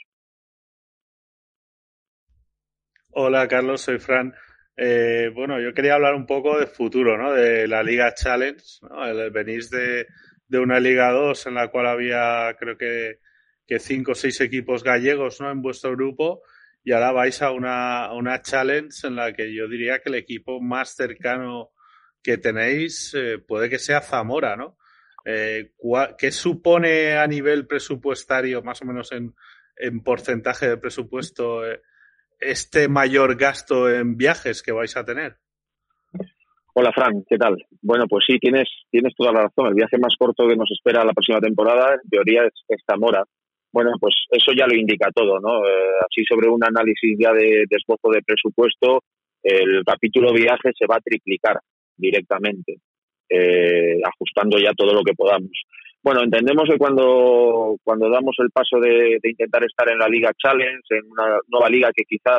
Hola Carlos, soy Fran. Bueno, yo quería hablar un poco de futuro, ¿no? De la Liga Challenge, ¿no? Venís de una Liga 2 en la cual había creo que 5 o 6 equipos gallegos, ¿no? En vuestro grupo y ahora vais a una Challenge en la que yo diría que el equipo más cercano que tenéis puede que sea Zamora, ¿no? ¿Qué supone a nivel presupuestario, más o menos en porcentaje de presupuesto, este mayor gasto en viajes que vais a tener? Hola, Fran, ¿qué tal? Bueno, pues sí, tienes toda la razón. El viaje más corto que nos espera la próxima temporada, en teoría, es Zamora. Bueno, pues eso ya lo indica todo, ¿no? Así sobre un análisis ya de esbozo de presupuesto, el capítulo viaje se va a triplicar directamente, ajustando ya todo lo que podamos. Bueno, entendemos que cuando damos el paso de intentar estar en la Liga Challenge, en una nueva liga que quizás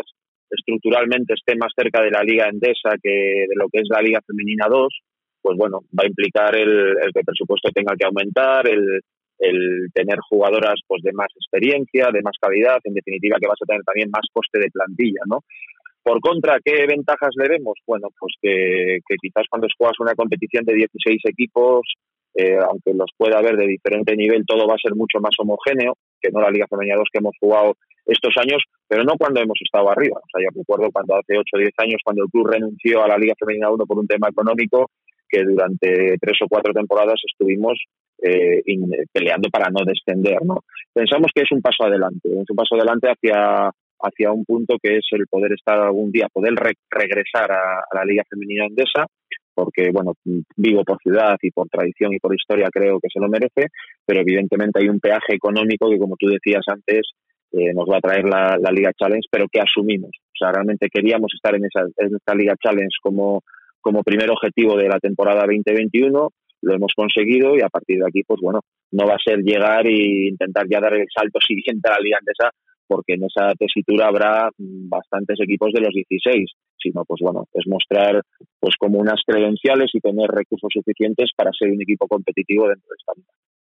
estructuralmente esté más cerca de la Liga Endesa que de lo que es la Liga Femenina 2, pues bueno, va a implicar el que el presupuesto tenga que aumentar, el tener jugadoras pues de más experiencia, de más calidad, en definitiva que vas a tener también más coste de plantilla, ¿no? Por contra, ¿qué ventajas le vemos? Bueno, pues que quizás cuando juegas una competición de 16 equipos, aunque los pueda haber de diferente nivel, todo va a ser mucho más homogéneo que no la Liga Femenina 2 que hemos jugado estos años, pero no cuando hemos estado arriba. O sea, yo recuerdo cuando hace 8 o 10 años, cuando el club renunció a la Liga Femenina 1 por un tema económico, que durante 3 o 4 temporadas estuvimos peleando para no descender, ¿no? Pensamos que es un paso adelante hacia un punto que es el poder estar algún día, poder regresar a la Liga Femenina Endesa, porque, bueno, vivo por ciudad y por tradición y por historia creo que se lo merece, pero evidentemente hay un peaje económico que, como tú decías antes, nos va a traer la Liga Challenge, pero que asumimos. O sea, realmente queríamos estar en esta Liga Challenge como primer objetivo de la temporada 2021, lo hemos conseguido y a partir de aquí, pues bueno, no va a ser llegar e intentar ya dar el salto siguiente a la Liga Endesa, porque en esa tesitura habrá bastantes equipos de los 16, sino pues bueno, es mostrar pues como unas credenciales y tener recursos suficientes para ser un equipo competitivo dentro de esta liga.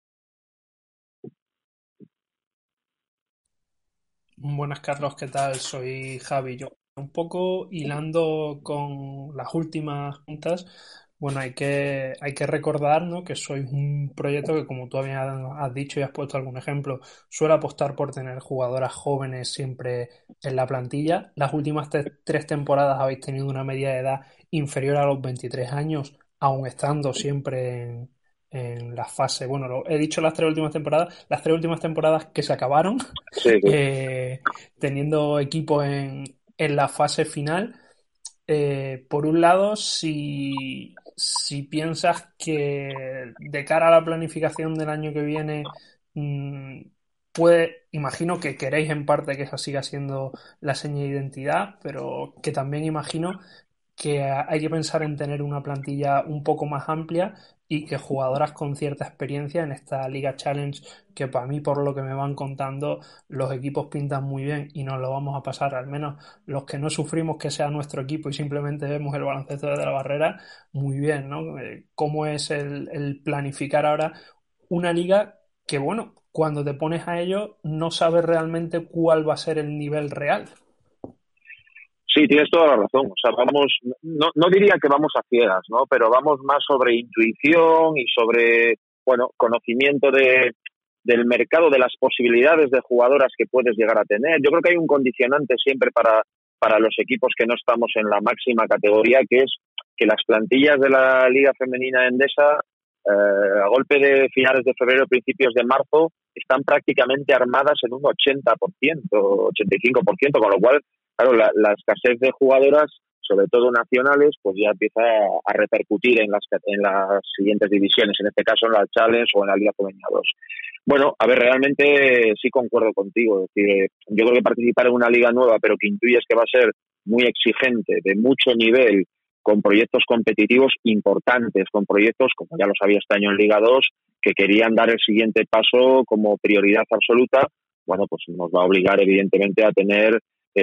Buenas, Carlos, ¿qué tal? Soy Javi. Yo un poco hilando con las últimas juntas. Bueno, hay que recordar, ¿no?, que sois un proyecto que, como tú has dicho y has puesto algún ejemplo, suele apostar por tener jugadoras jóvenes siempre en la plantilla. Las últimas 3 temporadas habéis tenido una media de edad inferior a los 23 años, aun estando siempre en la fase, bueno, he dicho las 3 últimas temporadas que se acabaron, Sí. teniendo equipos en la fase final. Por un lado, si piensas que de cara a la planificación del año que viene, imagino que queréis en parte que esa siga siendo la seña de identidad, pero que también imagino que hay que pensar en tener una plantilla un poco más amplia y que jugadoras con cierta experiencia en esta Liga Challenge, que para mí, por lo que me van contando, los equipos pintan muy bien y nos lo vamos a pasar, al menos los que no sufrimos que sea nuestro equipo y simplemente vemos el baloncesto desde la barrera, muy bien, ¿no? ¿Cómo es el planificar ahora una liga que, bueno, cuando te pones a ello no sabes realmente cuál va a ser el nivel real? Sí, tienes toda la razón. O sea, no diría que vamos a ciegas, ¿no? Pero vamos más sobre intuición y sobre, bueno, conocimiento del mercado, de las posibilidades de jugadoras que puedes llegar a tener. Yo creo que hay un condicionante siempre para los equipos que no estamos en la máxima categoría, que es que las plantillas de la Liga Femenina Endesa, a golpe de finales de febrero, principios de marzo, están prácticamente armadas en un 80%, 85%, con lo cual, claro, la escasez de jugadoras, sobre todo nacionales, pues ya empieza a repercutir en las siguientes divisiones, en este caso en la Challenge o en la Liga Femenina 2. Bueno, a ver, realmente sí concuerdo contigo. Es decir, yo creo que participar en una liga nueva, pero que intuyes que va a ser muy exigente, de mucho nivel, con proyectos competitivos importantes, con proyectos, como ya lo sabía este año en Liga 2, que querían dar el siguiente paso como prioridad absoluta, bueno, pues nos va a obligar evidentemente a tener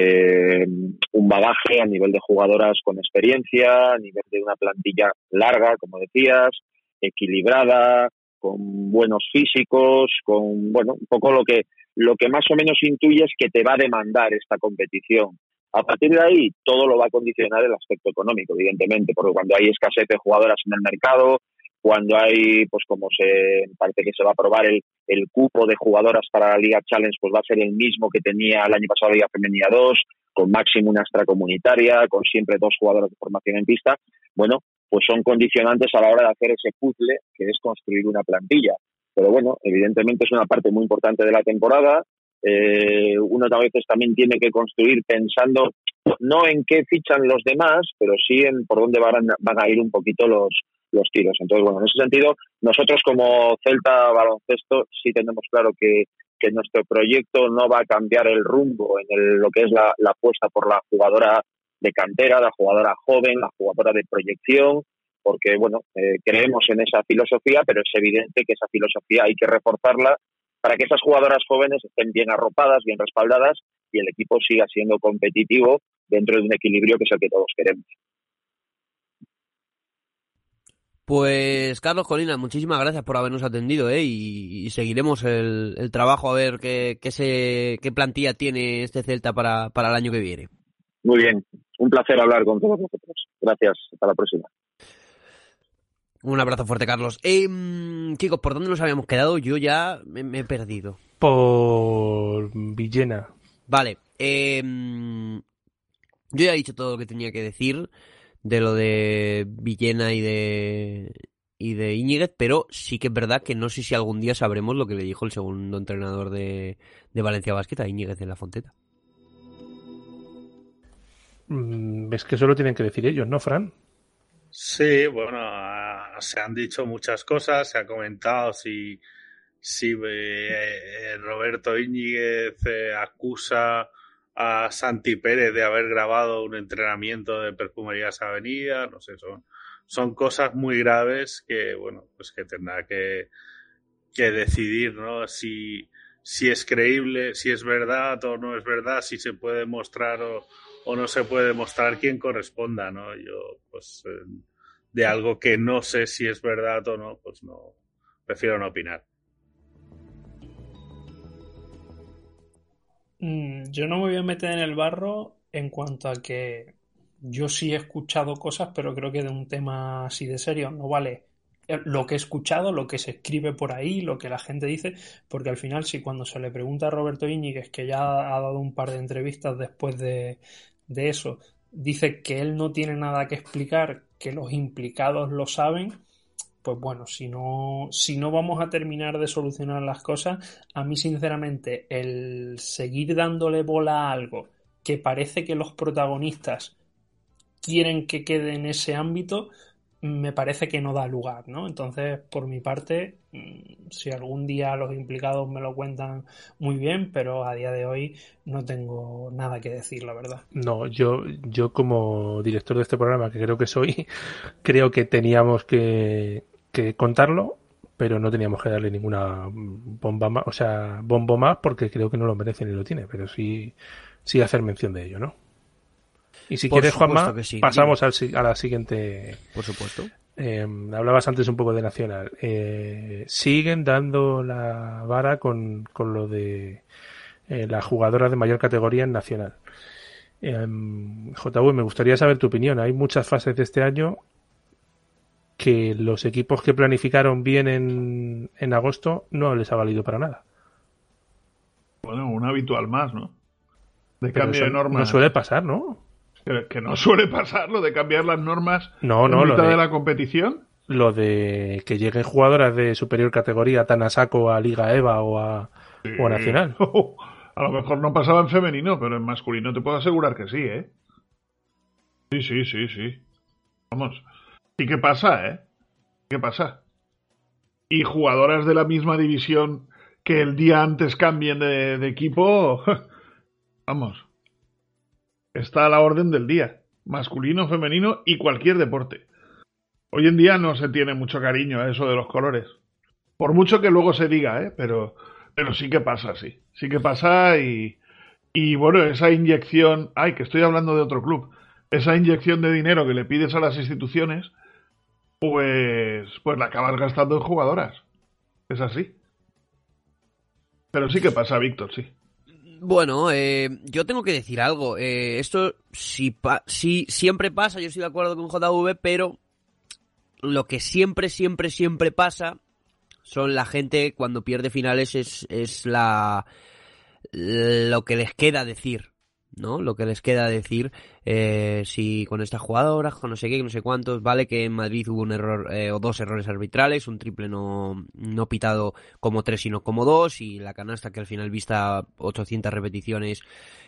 un bagaje a nivel de jugadoras con experiencia, a nivel de una plantilla larga, como decías, equilibrada, con buenos físicos, con, bueno, un poco lo que más o menos intuyes que te va a demandar esta competición. A partir de ahí, todo lo va a condicionar el aspecto económico, evidentemente, porque cuando hay escasez de jugadoras en el mercado, cuando hay, pues como parece que se va a aprobar el cupo de jugadoras para la Liga Challenge, pues va a ser el mismo que tenía el año pasado la Liga Femenina 2, con máximo una extracomunitaria, con siempre 2 jugadoras de formación en pista. Bueno, pues son condicionantes a la hora de hacer ese puzzle que es construir una plantilla. Pero bueno, evidentemente es una parte muy importante de la temporada. Uno a veces también tiene que construir pensando no en qué fichan los demás, pero sí en por dónde van a ir un poquito los tiros. Entonces, bueno, en ese sentido, nosotros como Celta Baloncesto sí tenemos claro que nuestro proyecto no va a cambiar el rumbo en lo que es la apuesta por la jugadora de cantera, la jugadora joven, la jugadora de proyección, porque, bueno, creemos en esa filosofía, pero es evidente que esa filosofía hay que reforzarla para que esas jugadoras jóvenes estén bien arropadas, bien respaldadas y el equipo siga siendo competitivo dentro de un equilibrio que es el que todos queremos. Pues Carlos Colina, muchísimas gracias por habernos atendido, y seguiremos el trabajo a ver qué plantilla tiene este Celta para el año que viene. Muy bien, un placer hablar con todos vosotros. Gracias, hasta la próxima. Un abrazo fuerte, Carlos. Chicos, ¿por dónde nos habíamos quedado? Yo ya me he perdido. Por Villena. Vale. Yo ya he dicho todo lo que tenía que decir de lo de Villena y de Íñiguez, pero sí que es verdad que no sé si algún día sabremos lo que le dijo el segundo entrenador de Valencia Basket a Íñiguez en la Fonteta. Es que eso lo tienen que decir ellos, ¿no, Fran? Sí, bueno, se han dicho muchas cosas, se ha comentado si Roberto Íñiguez acusa a Santi Pérez de haber grabado un entrenamiento de Perfumerías Avenida, no sé, son cosas muy graves que, bueno, pues que tendrá que decidir, ¿no? Si es creíble, si es verdad o no es verdad, si se puede mostrar o no se puede mostrar, quien corresponda, ¿no? Yo, pues, de algo que no sé si es verdad o no, pues no, prefiero no opinar. Yo no me voy a meter en el barro en cuanto a que yo sí he escuchado cosas, pero creo que de un tema así de serio no vale lo que he escuchado, lo que se escribe por ahí, lo que la gente dice, porque al final si cuando se le pregunta a Roberto Íñiguez, que ya ha dado un par de entrevistas después de eso, dice que él no tiene nada que explicar, que los implicados lo saben, pues bueno, si no vamos a terminar de solucionar las cosas, a mí sinceramente el seguir dándole bola a algo que parece que los protagonistas quieren que quede en ese ámbito, me parece que no da lugar, ¿no? Entonces, por mi parte, si algún día los implicados me lo cuentan, muy bien, pero a día de hoy no tengo nada que decir, la verdad. No, yo como director de este programa, que creo que soy, creo que teníamos que contarlo, pero no teníamos que darle ninguna bomba más, bombo más, porque creo que no lo merece ni lo tiene, pero sí hacer mención de ello, ¿no? Y si quieres, Juanma, sí, pasamos a la siguiente. Por supuesto. Hablabas antes un poco de Nacional. Siguen dando la vara con lo de la jugadora de mayor categoría en Nacional. JV, me gustaría saber tu opinión. Hay muchas fases de este año que los equipos que planificaron bien en agosto no les ha valido para nada. Bueno, un habitual más, ¿no? De cambio de normas. No suele pasar, ¿no? Que no suele pasar lo de cambiar las normas en mitad de la competición. Lo de que lleguen jugadoras de superior categoría tan a saco a Liga EVA o a Nacional. A lo mejor no pasaba en femenino, pero en masculino te puedo asegurar que sí, ¿eh? Sí. Vamos. Sí que pasa, ¿eh? ¿Qué pasa? Y jugadoras de la misma división que el día antes cambien de equipo, vamos. Está a la orden del día. Masculino, femenino y cualquier deporte. Hoy en día no se tiene mucho cariño a eso de los colores. Por mucho que luego se diga, ¿eh? Pero sí que pasa, sí. Sí que pasa y bueno, esa inyección... Ay, que estoy hablando de otro club. Esa inyección de dinero que le pides a las instituciones, pues la acabas gastando en jugadoras. Es así. Pero sí que pasa, Víctor, sí. Bueno, yo tengo que decir algo. Esto sí siempre pasa, yo estoy de acuerdo con JV, pero lo que siempre pasa son la gente cuando pierde finales es lo que les queda decir, ¿no? Lo que les queda decir, si con estas jugadoras, con no sé qué, no sé cuántos, vale que en Madrid hubo un error o dos errores arbitrales, un triple no pitado como 3 sino como 2 y la canasta que al final vista 800 repeticiones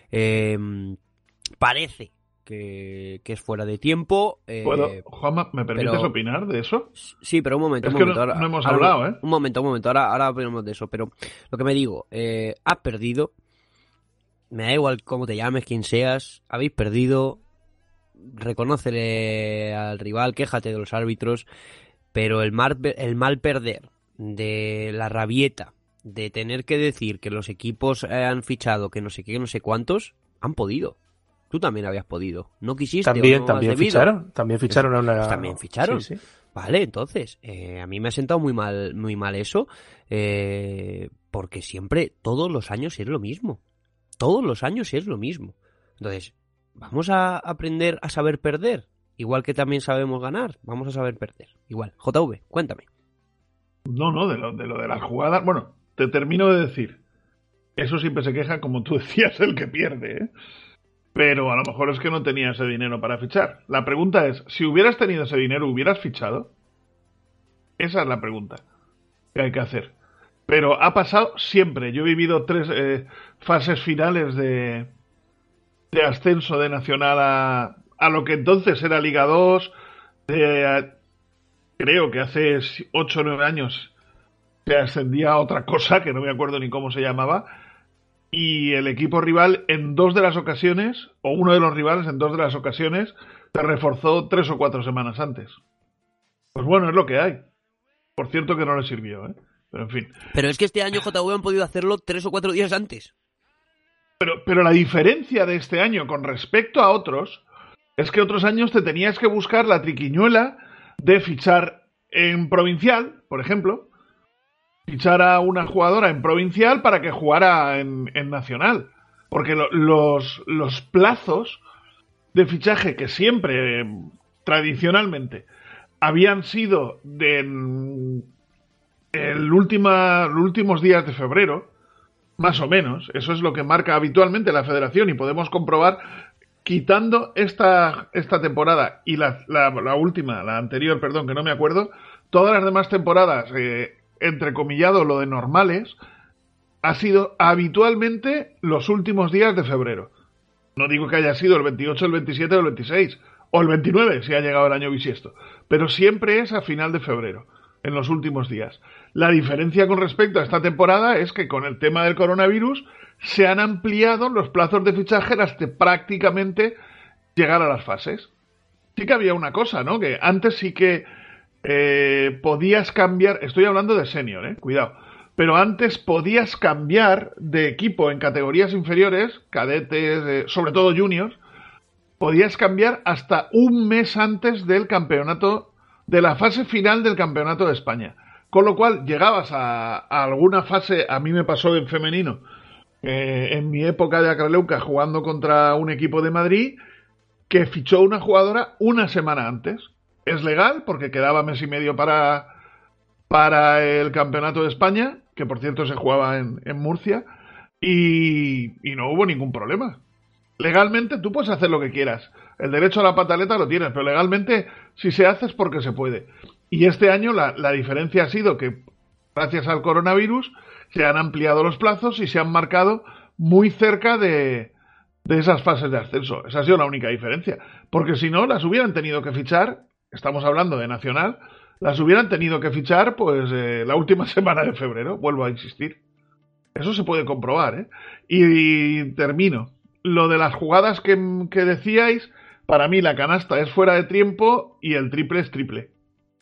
parece que es fuera de tiempo. Juanma, ¿me permites opinar de eso? Sí, pero un momento. Ahora, no hemos hablado, ¿eh? Un momento, ahora opinamos de eso, pero lo que me digo, has perdido, me da igual cómo te llames, quién seas, habéis perdido, reconócele al rival, quéjate de los árbitros, pero el mal perder de la rabieta de tener que decir que los equipos han fichado que no sé qué, no sé cuántos, han podido. Tú también habías podido. No quisiste. También, o no también has debido. ficharon. También ficharon a una... Pues también ficharon. Sí, sí. Vale, entonces, a mí me ha sentado muy mal eso, porque siempre, todos los años es lo mismo. Todos los años es lo mismo. Entonces, vamos a aprender a saber perder. Igual que también sabemos ganar, vamos a saber perder. Igual. JV, cuéntame. No, de lo de las jugadas... Bueno, te termino de decir. Eso siempre se queja, como tú decías, el que pierde, ¿eh? Pero a lo mejor es que no tenía ese dinero para fichar. La pregunta es, si hubieras tenido ese dinero, ¿hubieras fichado? Esa es la pregunta que hay que hacer. Pero ha pasado siempre. Yo he vivido 3 fases finales de ascenso de Nacional a lo que entonces era Liga 2. Creo que hace 8 o 9 años se ascendía a otra cosa, que no me acuerdo ni cómo se llamaba. Y el equipo rival en 2 de las ocasiones, o uno de los rivales en 2 de las ocasiones, se reforzó 3 o 4 semanas antes. Pues bueno, es lo que hay. Por cierto que no le sirvió, ¿eh? Pero en fin. Pero es que este año JV han podido hacerlo 3 o 4 días antes. Pero la diferencia de este año con respecto a otros es que otros años te tenías que buscar la triquiñuela de fichar en provincial, por ejemplo. Fichar a una jugadora en provincial para que jugara en nacional. Porque los plazos de fichaje que siempre, tradicionalmente, habían sido los últimos días de febrero, más o menos, eso es lo que marca habitualmente la federación y podemos comprobar, quitando esta temporada y la última, la anterior, perdón, que no me acuerdo, todas las demás temporadas... entrecomillado lo de normales, ha sido habitualmente los últimos días de febrero. No digo que haya sido el 28, el 27 o el 26, o el 29 si ha llegado el año bisiesto, pero siempre es a final de febrero, en los últimos días. La diferencia con respecto a esta temporada es que con el tema del coronavirus se han ampliado los plazos de fichaje hasta prácticamente llegar a las fases. Sí que había una cosa, ¿no? Que antes sí que podías cambiar, estoy hablando de senior, cuidado, pero antes podías cambiar de equipo en categorías inferiores, cadetes, sobre todo juniors, podías cambiar hasta un mes antes del campeonato, de la fase final del campeonato de España, con lo cual llegabas a alguna fase, a mí me pasó en femenino, en mi época de Acreleuca jugando contra un equipo de Madrid que fichó una jugadora una semana antes. Es legal porque quedaba mes y medio para el campeonato de España, que por cierto se jugaba en Murcia, y no hubo ningún problema. Legalmente tú puedes hacer lo que quieras. El derecho a la pataleta lo tienes, pero legalmente si se hace es porque se puede. Y este año la diferencia ha sido que gracias al coronavirus se han ampliado los plazos y se han marcado muy cerca de esas fases de ascenso. Esa ha sido la única diferencia. Porque si no, las hubieran tenido que fichar... Estamos hablando de Nacional, las hubieran tenido que fichar pues la última semana de febrero, vuelvo a insistir. Eso se puede comprobar, ¿eh? Y termino. Lo de las jugadas que decíais, para mí la canasta es fuera de tiempo y el triple es triple.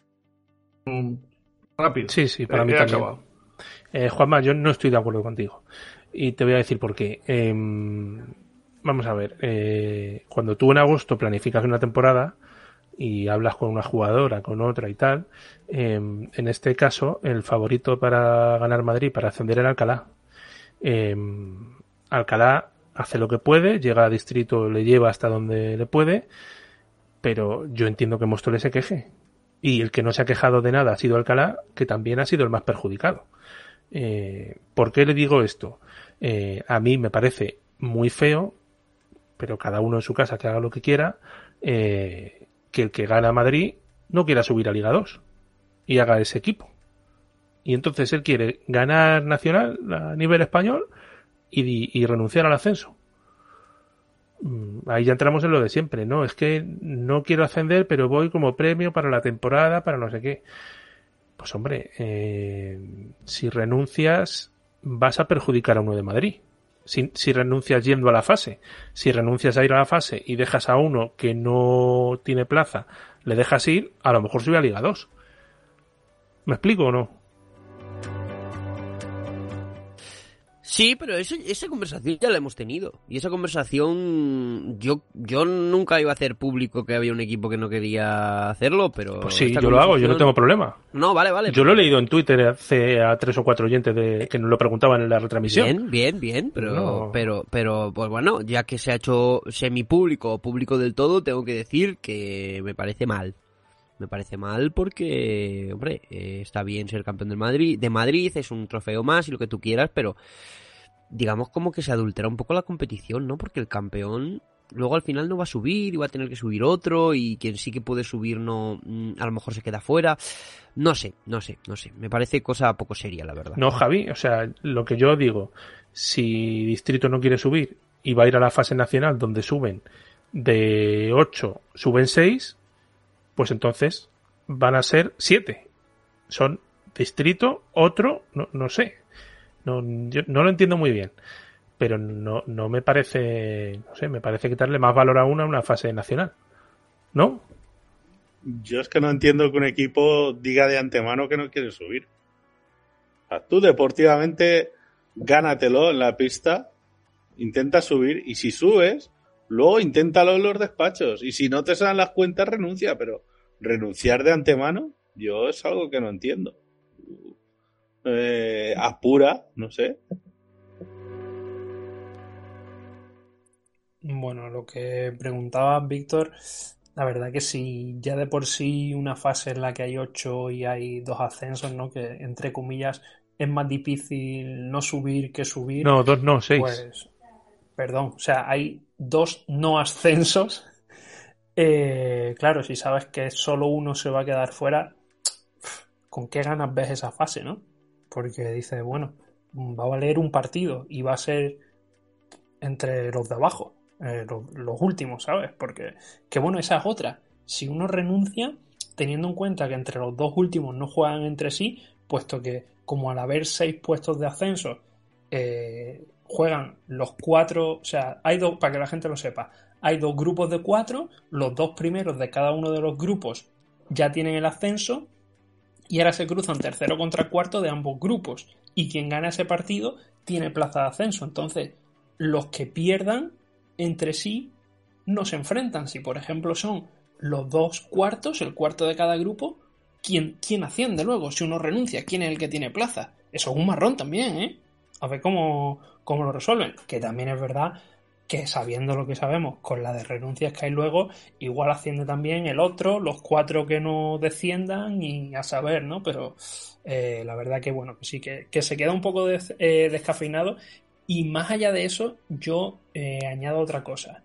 Rápido. Sí, para mí también. Juanma, yo no estoy de acuerdo contigo. Y te voy a decir por qué. Vamos a ver. Cuando tú en agosto planificas una temporada... y hablas con una jugadora, con otra y tal, en este caso el favorito para ganar Madrid, para ascender era Alcalá. Alcalá hace lo que puede, llega a distrito, le lleva hasta donde le puede, pero yo entiendo que Móstoles se queje. Y el que no se ha quejado de nada ha sido Alcalá, que también ha sido el más perjudicado. ¿Por qué le digo esto? A mí me parece muy feo, pero cada uno en su casa que haga lo que quiera, que el que gana Madrid no quiera subir a Liga 2 y haga ese equipo. Y entonces él quiere ganar Nacional a nivel español y renunciar al ascenso. Ahí ya entramos en lo de siempre, ¿no? Es que no quiero ascender, pero voy como premio para la temporada, para no sé qué. Pues hombre, si renuncias vas a perjudicar a uno de Madrid. Si renuncias yendo a la fase, si renuncias a ir a la fase y dejas a uno que no tiene plaza, le dejas ir, a lo mejor sube a Liga 2. ¿Me explico o no? Sí, pero esa conversación ya la hemos tenido. Y esa conversación, yo nunca iba a hacer público que había un equipo que no quería hacerlo, pero... Pues sí, yo lo hago, yo no tengo problema. No, vale. Yo lo he leído en Twitter hace a 3 o 4 oyentes que nos lo preguntaban en la retransmisión. Bien, pero pues bueno, ya que se ha hecho semipúblico o público del todo, tengo que decir que me parece mal. Me parece mal porque, hombre, está bien ser campeón de Madrid, es un trofeo más y lo que tú quieras, pero digamos como que se adultera un poco la competición, ¿no? Porque el campeón luego al final no va a subir y va a tener que subir otro y quien sí que puede subir no, a lo mejor se queda fuera. No sé. Me parece cosa poco seria, la verdad. No, Javi, o sea, lo que yo digo, si Distrito no quiere subir y va a ir a la fase nacional donde suben de 8, suben 6... pues entonces van a ser 7. Son Distrito, otro, no sé. Yo no lo entiendo muy bien. Pero no me parece, no sé, me parece quitarle más valor a una fase nacional. ¿No? Yo es que no entiendo que un equipo diga de antemano que no quiere subir. O sea, tú deportivamente gánatelo en la pista, intenta subir y si subes... luego inténtalo en los despachos. Y si no te salen las cuentas, renuncia. Pero renunciar de antemano, yo es algo que no entiendo. Apura, no sé. Bueno, lo que preguntaba Víctor, la verdad que si ya de por sí una fase en la que hay 8 y hay 2 ascensos, ¿no? Que entre comillas es más difícil no subir que subir. No, 2 no, 6. Pues, perdón, o sea, hay 2 no ascensos. Claro, si sabes que solo uno se va a quedar fuera, ¿con qué ganas ves esa fase, no? Porque dices, bueno, va a valer un partido y va a ser entre los de abajo, los últimos, ¿sabes? Porque, que bueno, esa es otra. Si uno renuncia, teniendo en cuenta que entre los 2 últimos no juegan entre sí, puesto que como al haber 6 puestos de ascenso, juegan los 4, o sea, hay 2, para que la gente lo sepa, hay 2 grupos de 4, los 2 primeros de cada uno de los grupos ya tienen el ascenso y ahora se cruzan tercero contra cuarto de ambos grupos y quien gana ese partido tiene plaza de ascenso. Entonces, los que pierdan entre sí no se enfrentan. Si por ejemplo son los 2 cuartos, el cuarto de cada grupo, ¿quién asciende luego? Si uno renuncia, ¿quién es el que tiene plaza? Eso es un marrón también, ¿eh? A ver cómo lo resuelven. Que también es verdad que sabiendo lo que sabemos, con la de renuncias que hay luego, igual asciende también el otro, los 4 que no desciendan y a saber, ¿no? Pero la verdad que bueno, que sí, que se queda un poco descafeinado. Y más allá de eso, yo añado otra cosa.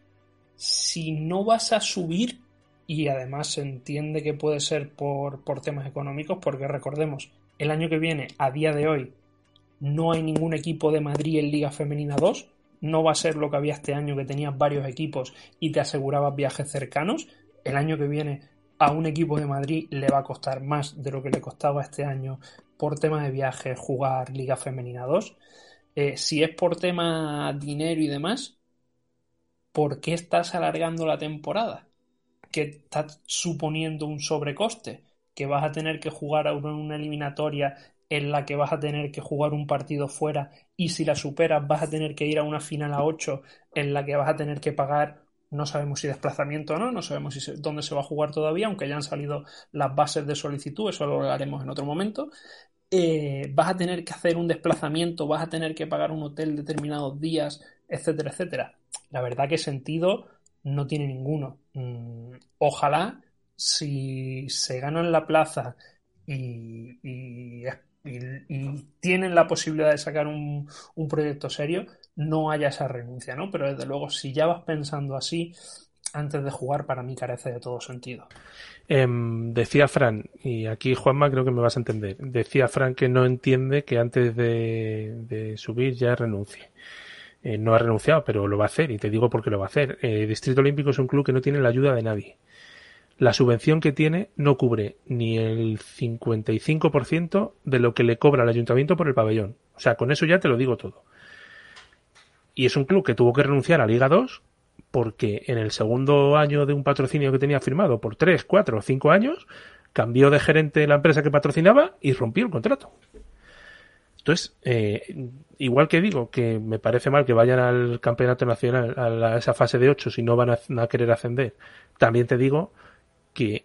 Si no vas a subir, y además se entiende que puede ser por temas económicos, porque recordemos, el año que viene, a día de hoy, no hay ningún equipo de Madrid en Liga Femenina 2, no va a ser lo que había este año que tenías varios equipos y te asegurabas viajes cercanos. El año que viene a un equipo de Madrid le va a costar más de lo que le costaba este año por tema de viajes jugar Liga Femenina 2. Si es por tema dinero y demás, ¿por qué estás alargando la temporada? Que estás suponiendo un sobrecoste, que vas a tener que jugar a una eliminatoria en la que vas a tener que jugar un partido fuera y si la superas vas a tener que ir a una final a 8 en la que vas a tener que pagar, no sabemos si desplazamiento o no sabemos dónde se va a jugar todavía, aunque ya han salido las bases de solicitud, eso lo haremos en otro momento. Vas a tener que hacer un desplazamiento, vas a tener que pagar un hotel determinados días, etcétera, etcétera. La verdad que sentido no tiene ninguno. Ojalá si se ganan la plaza y tienen la posibilidad de sacar un proyecto serio, no haya esa renuncia, ¿no? Pero desde luego, si ya vas pensando así, antes de jugar, para mí carece de todo sentido. Decía Fran, y aquí Juanma creo que me vas a entender, decía Fran que no entiende que antes de subir ya renuncie. No ha renunciado, pero lo va a hacer, y te digo por qué lo va a hacer. Distrito Olímpico es un club que no tiene la ayuda de nadie. La subvención que tiene no cubre ni el 55% de lo que le cobra el ayuntamiento por el pabellón. O sea, con eso ya te lo digo todo. Y es un club que tuvo que renunciar a Liga 2 porque en el segundo año de un patrocinio que tenía firmado por 3, 4 o 5 años, cambió de gerente la empresa que patrocinaba y rompió el contrato. Entonces, igual que digo que me parece mal que vayan al campeonato nacional, a esa fase de 8, si no van a querer ascender, también te digo que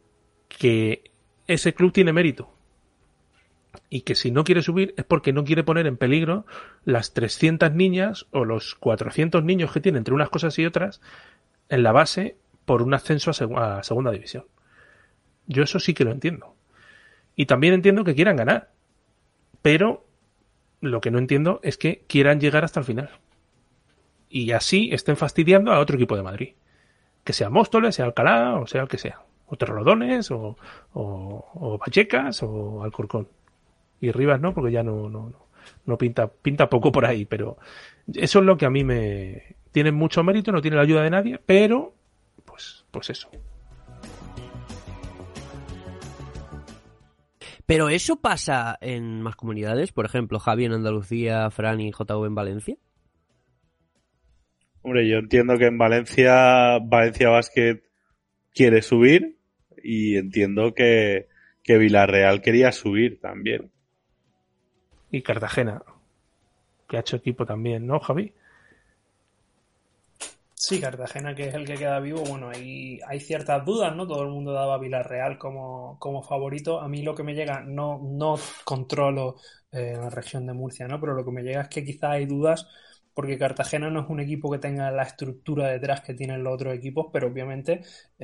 ese club tiene mérito. Y que si no quiere subir es porque no quiere poner en peligro las 300 niñas o los 400 niños que tiene entre unas cosas y otras en la base por un ascenso a segunda división. Yo eso sí que lo entiendo. Y también entiendo que quieran ganar. Pero lo que no entiendo es que quieran llegar hasta el final. Y así estén fastidiando a otro equipo de Madrid. Que sea Móstoles, sea Alcalá, o sea el que sea. O Torrelodones, o Vallecas, o Alcorcón. Y Rivas no, porque ya no pinta poco por ahí. Pero eso es lo que a mí me... Tiene mucho mérito, no tiene la ayuda de nadie, pero pues eso. ¿Pero eso pasa en más comunidades? Por ejemplo, Javi en Andalucía, Fran y JV en Valencia. Hombre, yo entiendo que en Valencia Basket quiere subir y entiendo que Villarreal quería subir también. Y Cartagena, que ha hecho equipo también, ¿no, Javi? Sí, Cartagena, que es el que queda vivo. Bueno, hay ciertas dudas, ¿no? Todo el mundo daba a Villarreal como favorito. A mí lo que me llega, no controlo la región de Murcia, ¿no? Pero lo que me llega es que quizás hay dudas porque Cartagena no es un equipo que tenga la estructura detrás que tienen los otros equipos, pero obviamente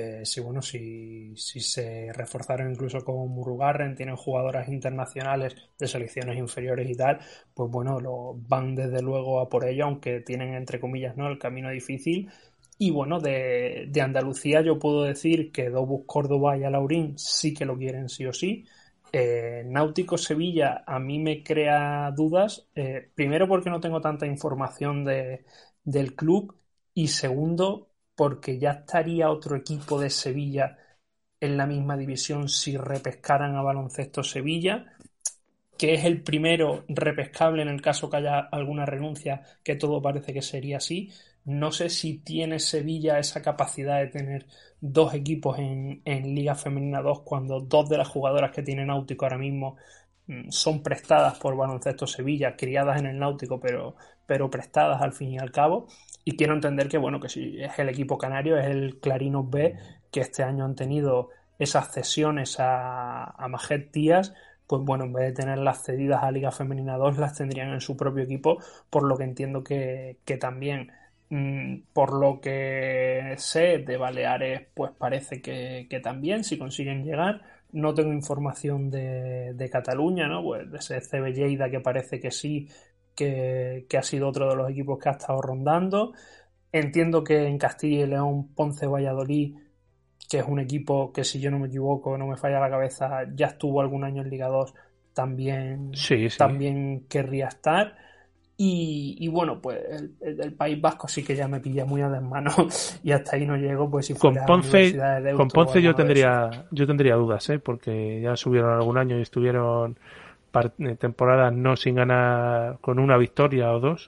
si se reforzaron incluso con Murugarren, tienen jugadoras internacionales de selecciones inferiores y tal, pues bueno, van desde luego a por ello, aunque tienen entre comillas, ¿no?, el camino difícil. Y bueno, de Andalucía yo puedo decir que Dobus, Córdoba y Alaurín sí que lo quieren sí o sí. Náutico Sevilla a mí me crea dudas, primero porque no tengo tanta información del club y segundo porque ya estaría otro equipo de Sevilla en la misma división si repescaran a Baloncesto Sevilla, que es el primero repescable en el caso que haya alguna renuncia, que todo parece que sería así. No sé si tiene Sevilla esa capacidad de tener dos equipos en Liga Femenina 2 cuando dos de las jugadoras que tiene Náutico ahora mismo son prestadas por Baloncesto Sevilla, criadas en el Náutico, pero prestadas al fin y al cabo. Y quiero entender que, bueno, que si es el equipo canario, es el Clarinos B, que este año han tenido esas cesiones a Majet Díaz, pues bueno, en vez de tenerlas cedidas a Liga Femenina 2, las tendrían en su propio equipo, por lo que entiendo que también, por lo que sé de Baleares, pues parece que también, si consiguen llegar. No tengo información de Cataluña, ¿no? Pues de ese CB Lleida, que parece que sí, que ha sido otro de los equipos que ha estado rondando. Entiendo que en Castilla y León, Ponce Valladolid, que es un equipo que, si yo no me equivoco, no me falla la cabeza, ya estuvo algún año en Liga 2, también querría estar. Y bueno, pues el País Vasco sí que ya me pilla muy a desmano y hasta ahí no llego, pues si fuera con Ponce yo tendría dudas, porque ya subieron algún año y estuvieron temporadas no sin ganar, con una victoria o dos,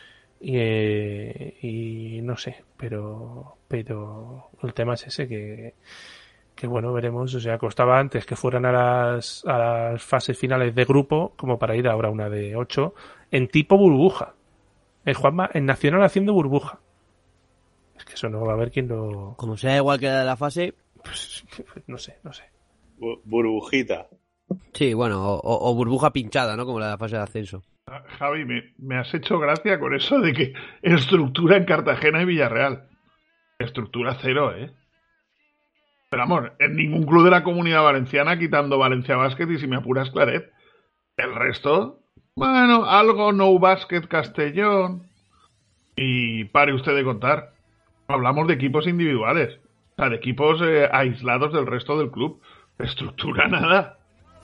y no sé, pero el tema es ese, que bueno, veremos. O sea, costaba antes que fueran a las fases finales de grupo como para ir ahora a una de 8 en tipo burbuja. El Juanma en Nacional haciendo burbuja. Es que eso no va a haber quien lo... Como sea igual que la de la fase... Pues, no sé. Burbujita. Sí, bueno, o burbuja pinchada, ¿no? Como la de la fase de ascenso. Javi, me has hecho gracia con eso de que estructura en Cartagena y Villarreal. Estructura cero, ¿eh? Pero amor, en ningún club de la Comunidad Valenciana, quitando Valencia Basket y, si me apuras, Claret. El resto, bueno, algo No Basket Castellón. Y pare usted de contar. Hablamos de equipos individuales. O sea, de equipos aislados del resto del club. Estructura nada.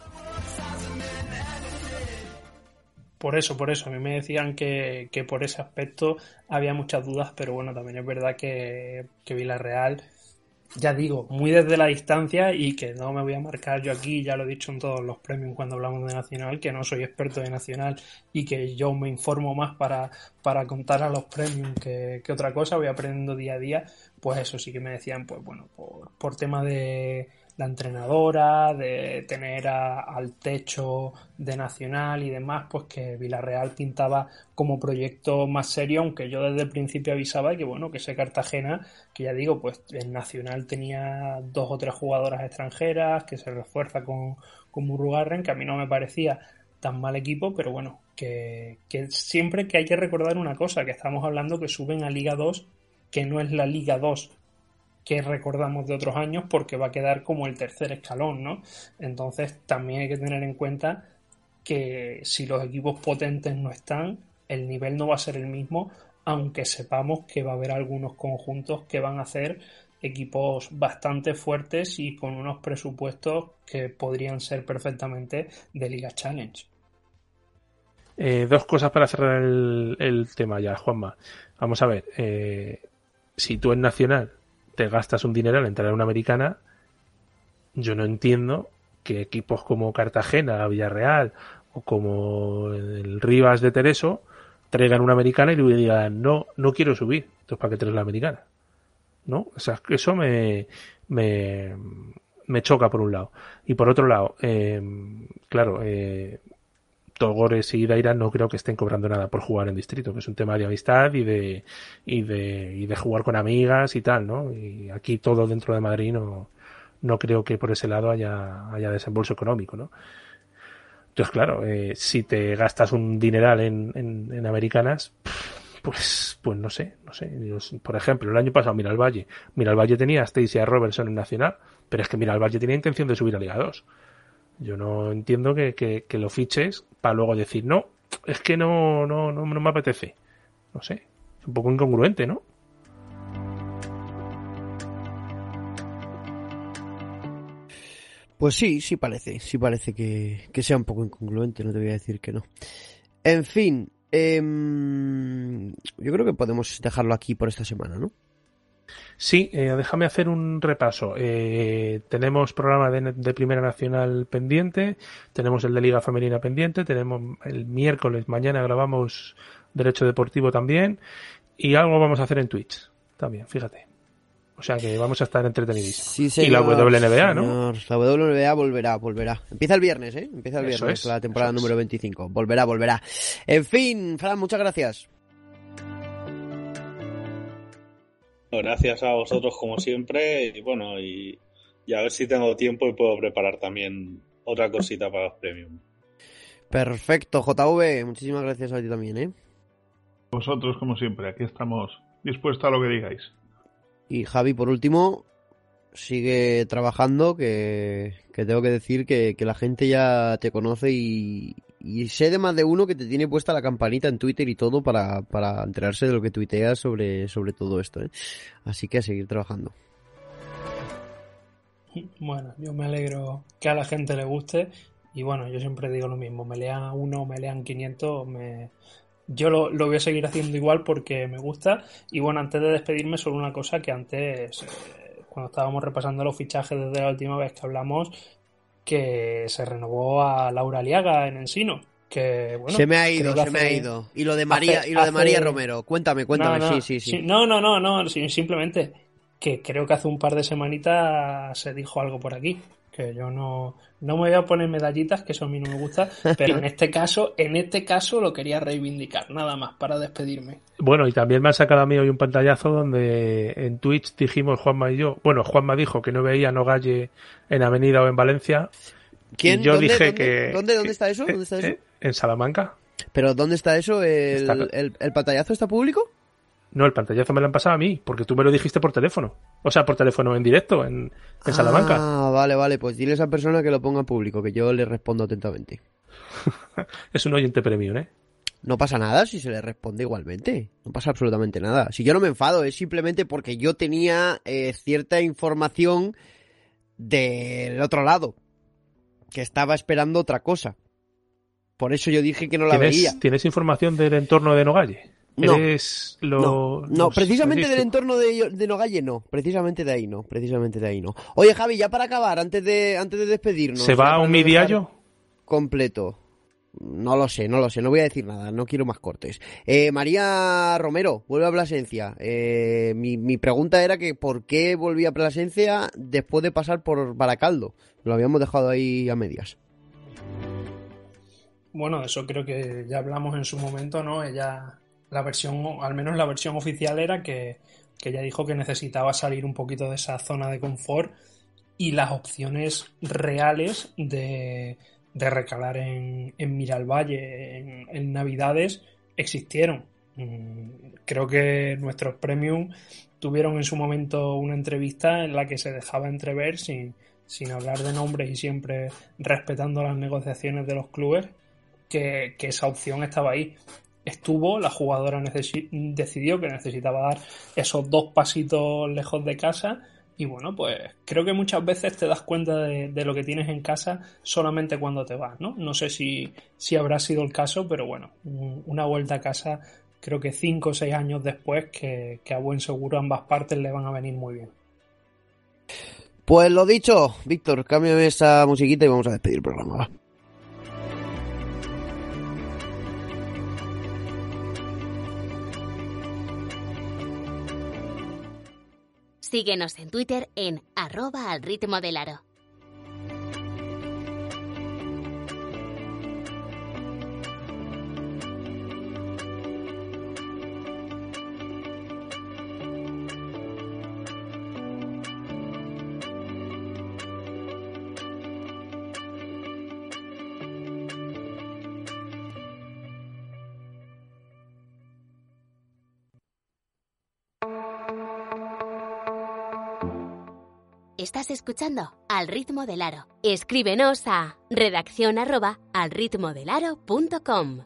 Por eso, a mí me decían que por ese aspecto había muchas dudas, pero bueno, también es verdad que Villarreal, ya digo, muy desde la distancia, y que no me voy a marcar yo aquí, ya lo he dicho en todos los premios cuando hablamos de Nacional, que no soy experto de Nacional y que yo me informo más para contar a los premios que otra cosa, voy aprendiendo día a día. Pues eso sí que me decían, pues bueno, por tema de la entrenadora, de tener al techo de Nacional y demás, pues que Villarreal pintaba como proyecto más serio, aunque yo desde el principio avisaba que bueno, que ese Cartagena, que ya digo, pues el Nacional tenía 2 o 3 jugadoras extranjeras, que se refuerza con Murugarren, que a mí no me parecía tan mal equipo, pero bueno, que siempre que hay que recordar una cosa, que estamos hablando que suben a Liga 2, que no es la Liga 2 que recordamos de otros años, porque va a quedar como el tercer escalón, ¿no? Entonces también hay que tener en cuenta que si los equipos potentes no están, el nivel no va a ser el mismo, aunque sepamos que va a haber algunos conjuntos que van a hacer equipos bastante fuertes y con unos presupuestos que podrían ser perfectamente de Liga Challenge. 2 cosas para cerrar el tema ya, Juanma. Vamos a ver, si tú en Nacional te gastas un dineral en traer una americana, yo no entiendo que equipos como Cartagena, Villarreal o como el Rivas de Tereso traigan una americana y le digan no quiero subir, entonces ¿para qué traes la americana? ¿No? O sea, eso me choca por un lado. Y por otro lado, claro, Togores y Daira no creo que estén cobrando nada por jugar en distrito, que es un tema de amistad y de jugar con amigas y tal, ¿no? Y aquí todo dentro de Madrid no creo que por ese lado haya desembolso económico, ¿no? Entonces, claro, si te gastas un dineral en americanas, pues no sé. Por ejemplo, el año pasado Miralvalle tenía a Stacey Robertson en Nacional, pero es que Miralvalle tenía intención de subir a Liga 2. Yo no entiendo que lo fiches para luego decir, no, es que no me apetece. No sé, es un poco incongruente, ¿no? Pues sí parece que sea un poco incongruente, no te voy a decir que no. En fin, yo creo que podemos dejarlo aquí por esta semana, ¿no? Sí, déjame hacer un repaso. Tenemos programa de Primera Nacional pendiente, tenemos el de Liga Femenina pendiente, tenemos el miércoles, mañana grabamos Derecho Deportivo también, y algo vamos a hacer en Twitch también, fíjate. O sea que vamos a estar entretenidísimos. Sí, señor, y la WNBA, ¿no? La WNBA volverá. Empieza el viernes, ¿eh? Empieza el viernes, la temporada número 25. Volverá. En fin, Fran, muchas gracias. Gracias a vosotros como siempre y bueno, y a ver si tengo tiempo y puedo preparar también otra cosita para los premium. Perfecto, JV, muchísimas gracias a ti también, ¿eh? Vosotros como siempre, aquí estamos dispuestos a lo que digáis. Y Javi, por último, sigue trabajando, que tengo que decir que la gente ya te conoce y sé de más de uno que te tiene puesta la campanita en Twitter y todo para enterarse de lo que tuiteas sobre todo esto, ¿eh? Así que a seguir trabajando. Bueno, yo me alegro que a la gente le guste y bueno, yo siempre digo lo mismo, me lean 1, me lean 500, yo lo voy a seguir haciendo igual porque me gusta. Y bueno, antes de despedirme, solo una cosa que antes, cuando estábamos repasando los fichajes desde la última vez que hablamos, que se renovó a Laura Aliaga en Ensino. Que, bueno, se me ha ido. Y lo de María, María Romero. Cuéntame. Sí. No, simplemente que creo que hace un par de semanitas se dijo algo por aquí. Que yo no me voy a poner medallitas, que eso a mí no me gusta, pero en este caso lo quería reivindicar, nada más, para despedirme. Bueno, y también me ha sacado a mí hoy un pantallazo donde en Twitch dijimos, Juanma y yo, bueno, Juanma dijo que no veía a Nogalle en Avenida o en Valencia. ¿Quién? Y yo dije ¿Dónde, que... ¿Dónde está eso? ¿Dónde está eso? En Salamanca. ¿Pero dónde está eso? ¿El pantallazo está público? No, el pantallazo me lo han pasado a mí, porque tú me lo dijiste por teléfono. O sea, por teléfono en directo, en Salamanca. Ah, vale, pues dile a esa persona que lo ponga en público, que yo le respondo atentamente. Es un oyente premium, ¿eh? No pasa nada si se le responde igualmente. No pasa absolutamente nada. Si yo no me enfado, es simplemente porque yo tenía cierta información del otro lado, que estaba esperando otra cosa. Por eso yo dije que no la veía. ¿Tienes información del entorno de Nogalle? No, precisamente del entorno de Nogalle no, precisamente de ahí no. Oye, Javi, ya para acabar, antes de despedirnos. ¿Se va a un Midiallo? Completo. No lo sé, no voy a decir nada, no quiero más cortes. María Romero, vuelve a Plasencia. Mi pregunta era que ¿por qué volví a Plasencia después de pasar por Baracaldo? Lo habíamos dejado ahí a medias. Bueno, eso creo que ya hablamos en su momento, ¿no? Ella, la versión, al menos la versión oficial era que ella dijo que necesitaba salir un poquito de esa zona de confort y las opciones reales de recalar en Miralvalle en Navidades existieron. Creo que nuestros Premium tuvieron en su momento una entrevista en la que se dejaba entrever, sin hablar de nombres y siempre respetando las negociaciones de los clubes, que esa opción estaba ahí. Estuvo, la jugadora decidió que necesitaba dar esos 2 pasitos lejos de casa. Y bueno, pues creo que muchas veces te das cuenta de lo que tienes en casa solamente cuando te vas, ¿no? No sé si habrá sido el caso, pero bueno, una vuelta a casa creo que 5 o 6 años después que a buen seguro ambas partes le van a venir muy bien. Pues lo dicho, Víctor, cámbiame esa musiquita y vamos a despedir el programa, ¿va? Síguenos en Twitter en @alritmodelaro. Estás escuchando Al Ritmo del Aro. Escríbenos a redaccion@alritmodelaro.com.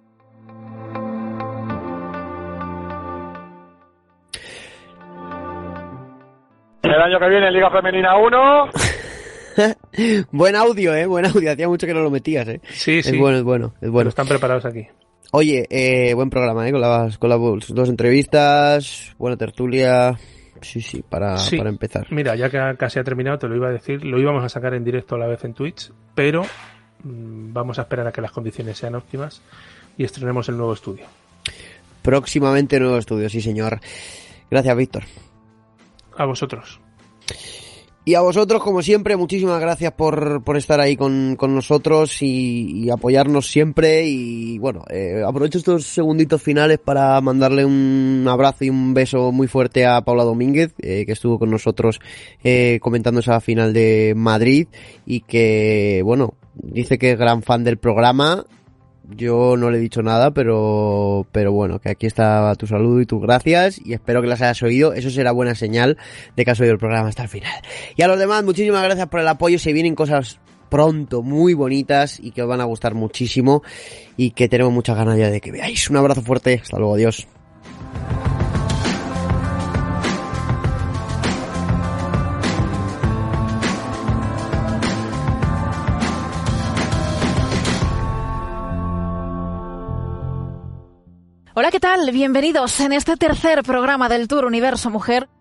El año que viene Liga Femenina 1. Buen audio, buen audio. Hacía mucho que no lo metías, Sí. Es bueno. Pero están preparados aquí. Oye, buen programa, con las 2 entrevistas, buena tertulia. Sí, para empezar. Mira, ya que casi ha terminado, te lo iba a decir, lo íbamos a sacar en directo a la vez en Twitch, pero vamos a esperar a que las condiciones sean óptimas y estrenemos el nuevo estudio. Próximamente nuevo estudio, sí señor. Gracias, Víctor. A vosotros. Y a vosotros, como siempre, muchísimas gracias por estar ahí con nosotros y apoyarnos siempre. Y bueno, aprovecho estos segunditos finales para mandarle un abrazo y un beso muy fuerte a Paula Domínguez, que estuvo con nosotros comentando esa final de Madrid y que, bueno, dice que es gran fan del programa. Yo no le he dicho nada, pero bueno, que aquí está tu saludo y tus gracias y espero que las hayas oído. Eso será buena señal de que has oído el programa hasta el final. Y a los demás, muchísimas gracias por el apoyo. Se vienen cosas pronto muy bonitas y que os van a gustar muchísimo y que tenemos muchas ganas ya de que veáis. Un abrazo fuerte. Hasta luego. Adiós. Hola, ¿qué tal? Bienvenidos en este tercer programa del Tour Universo Mujer.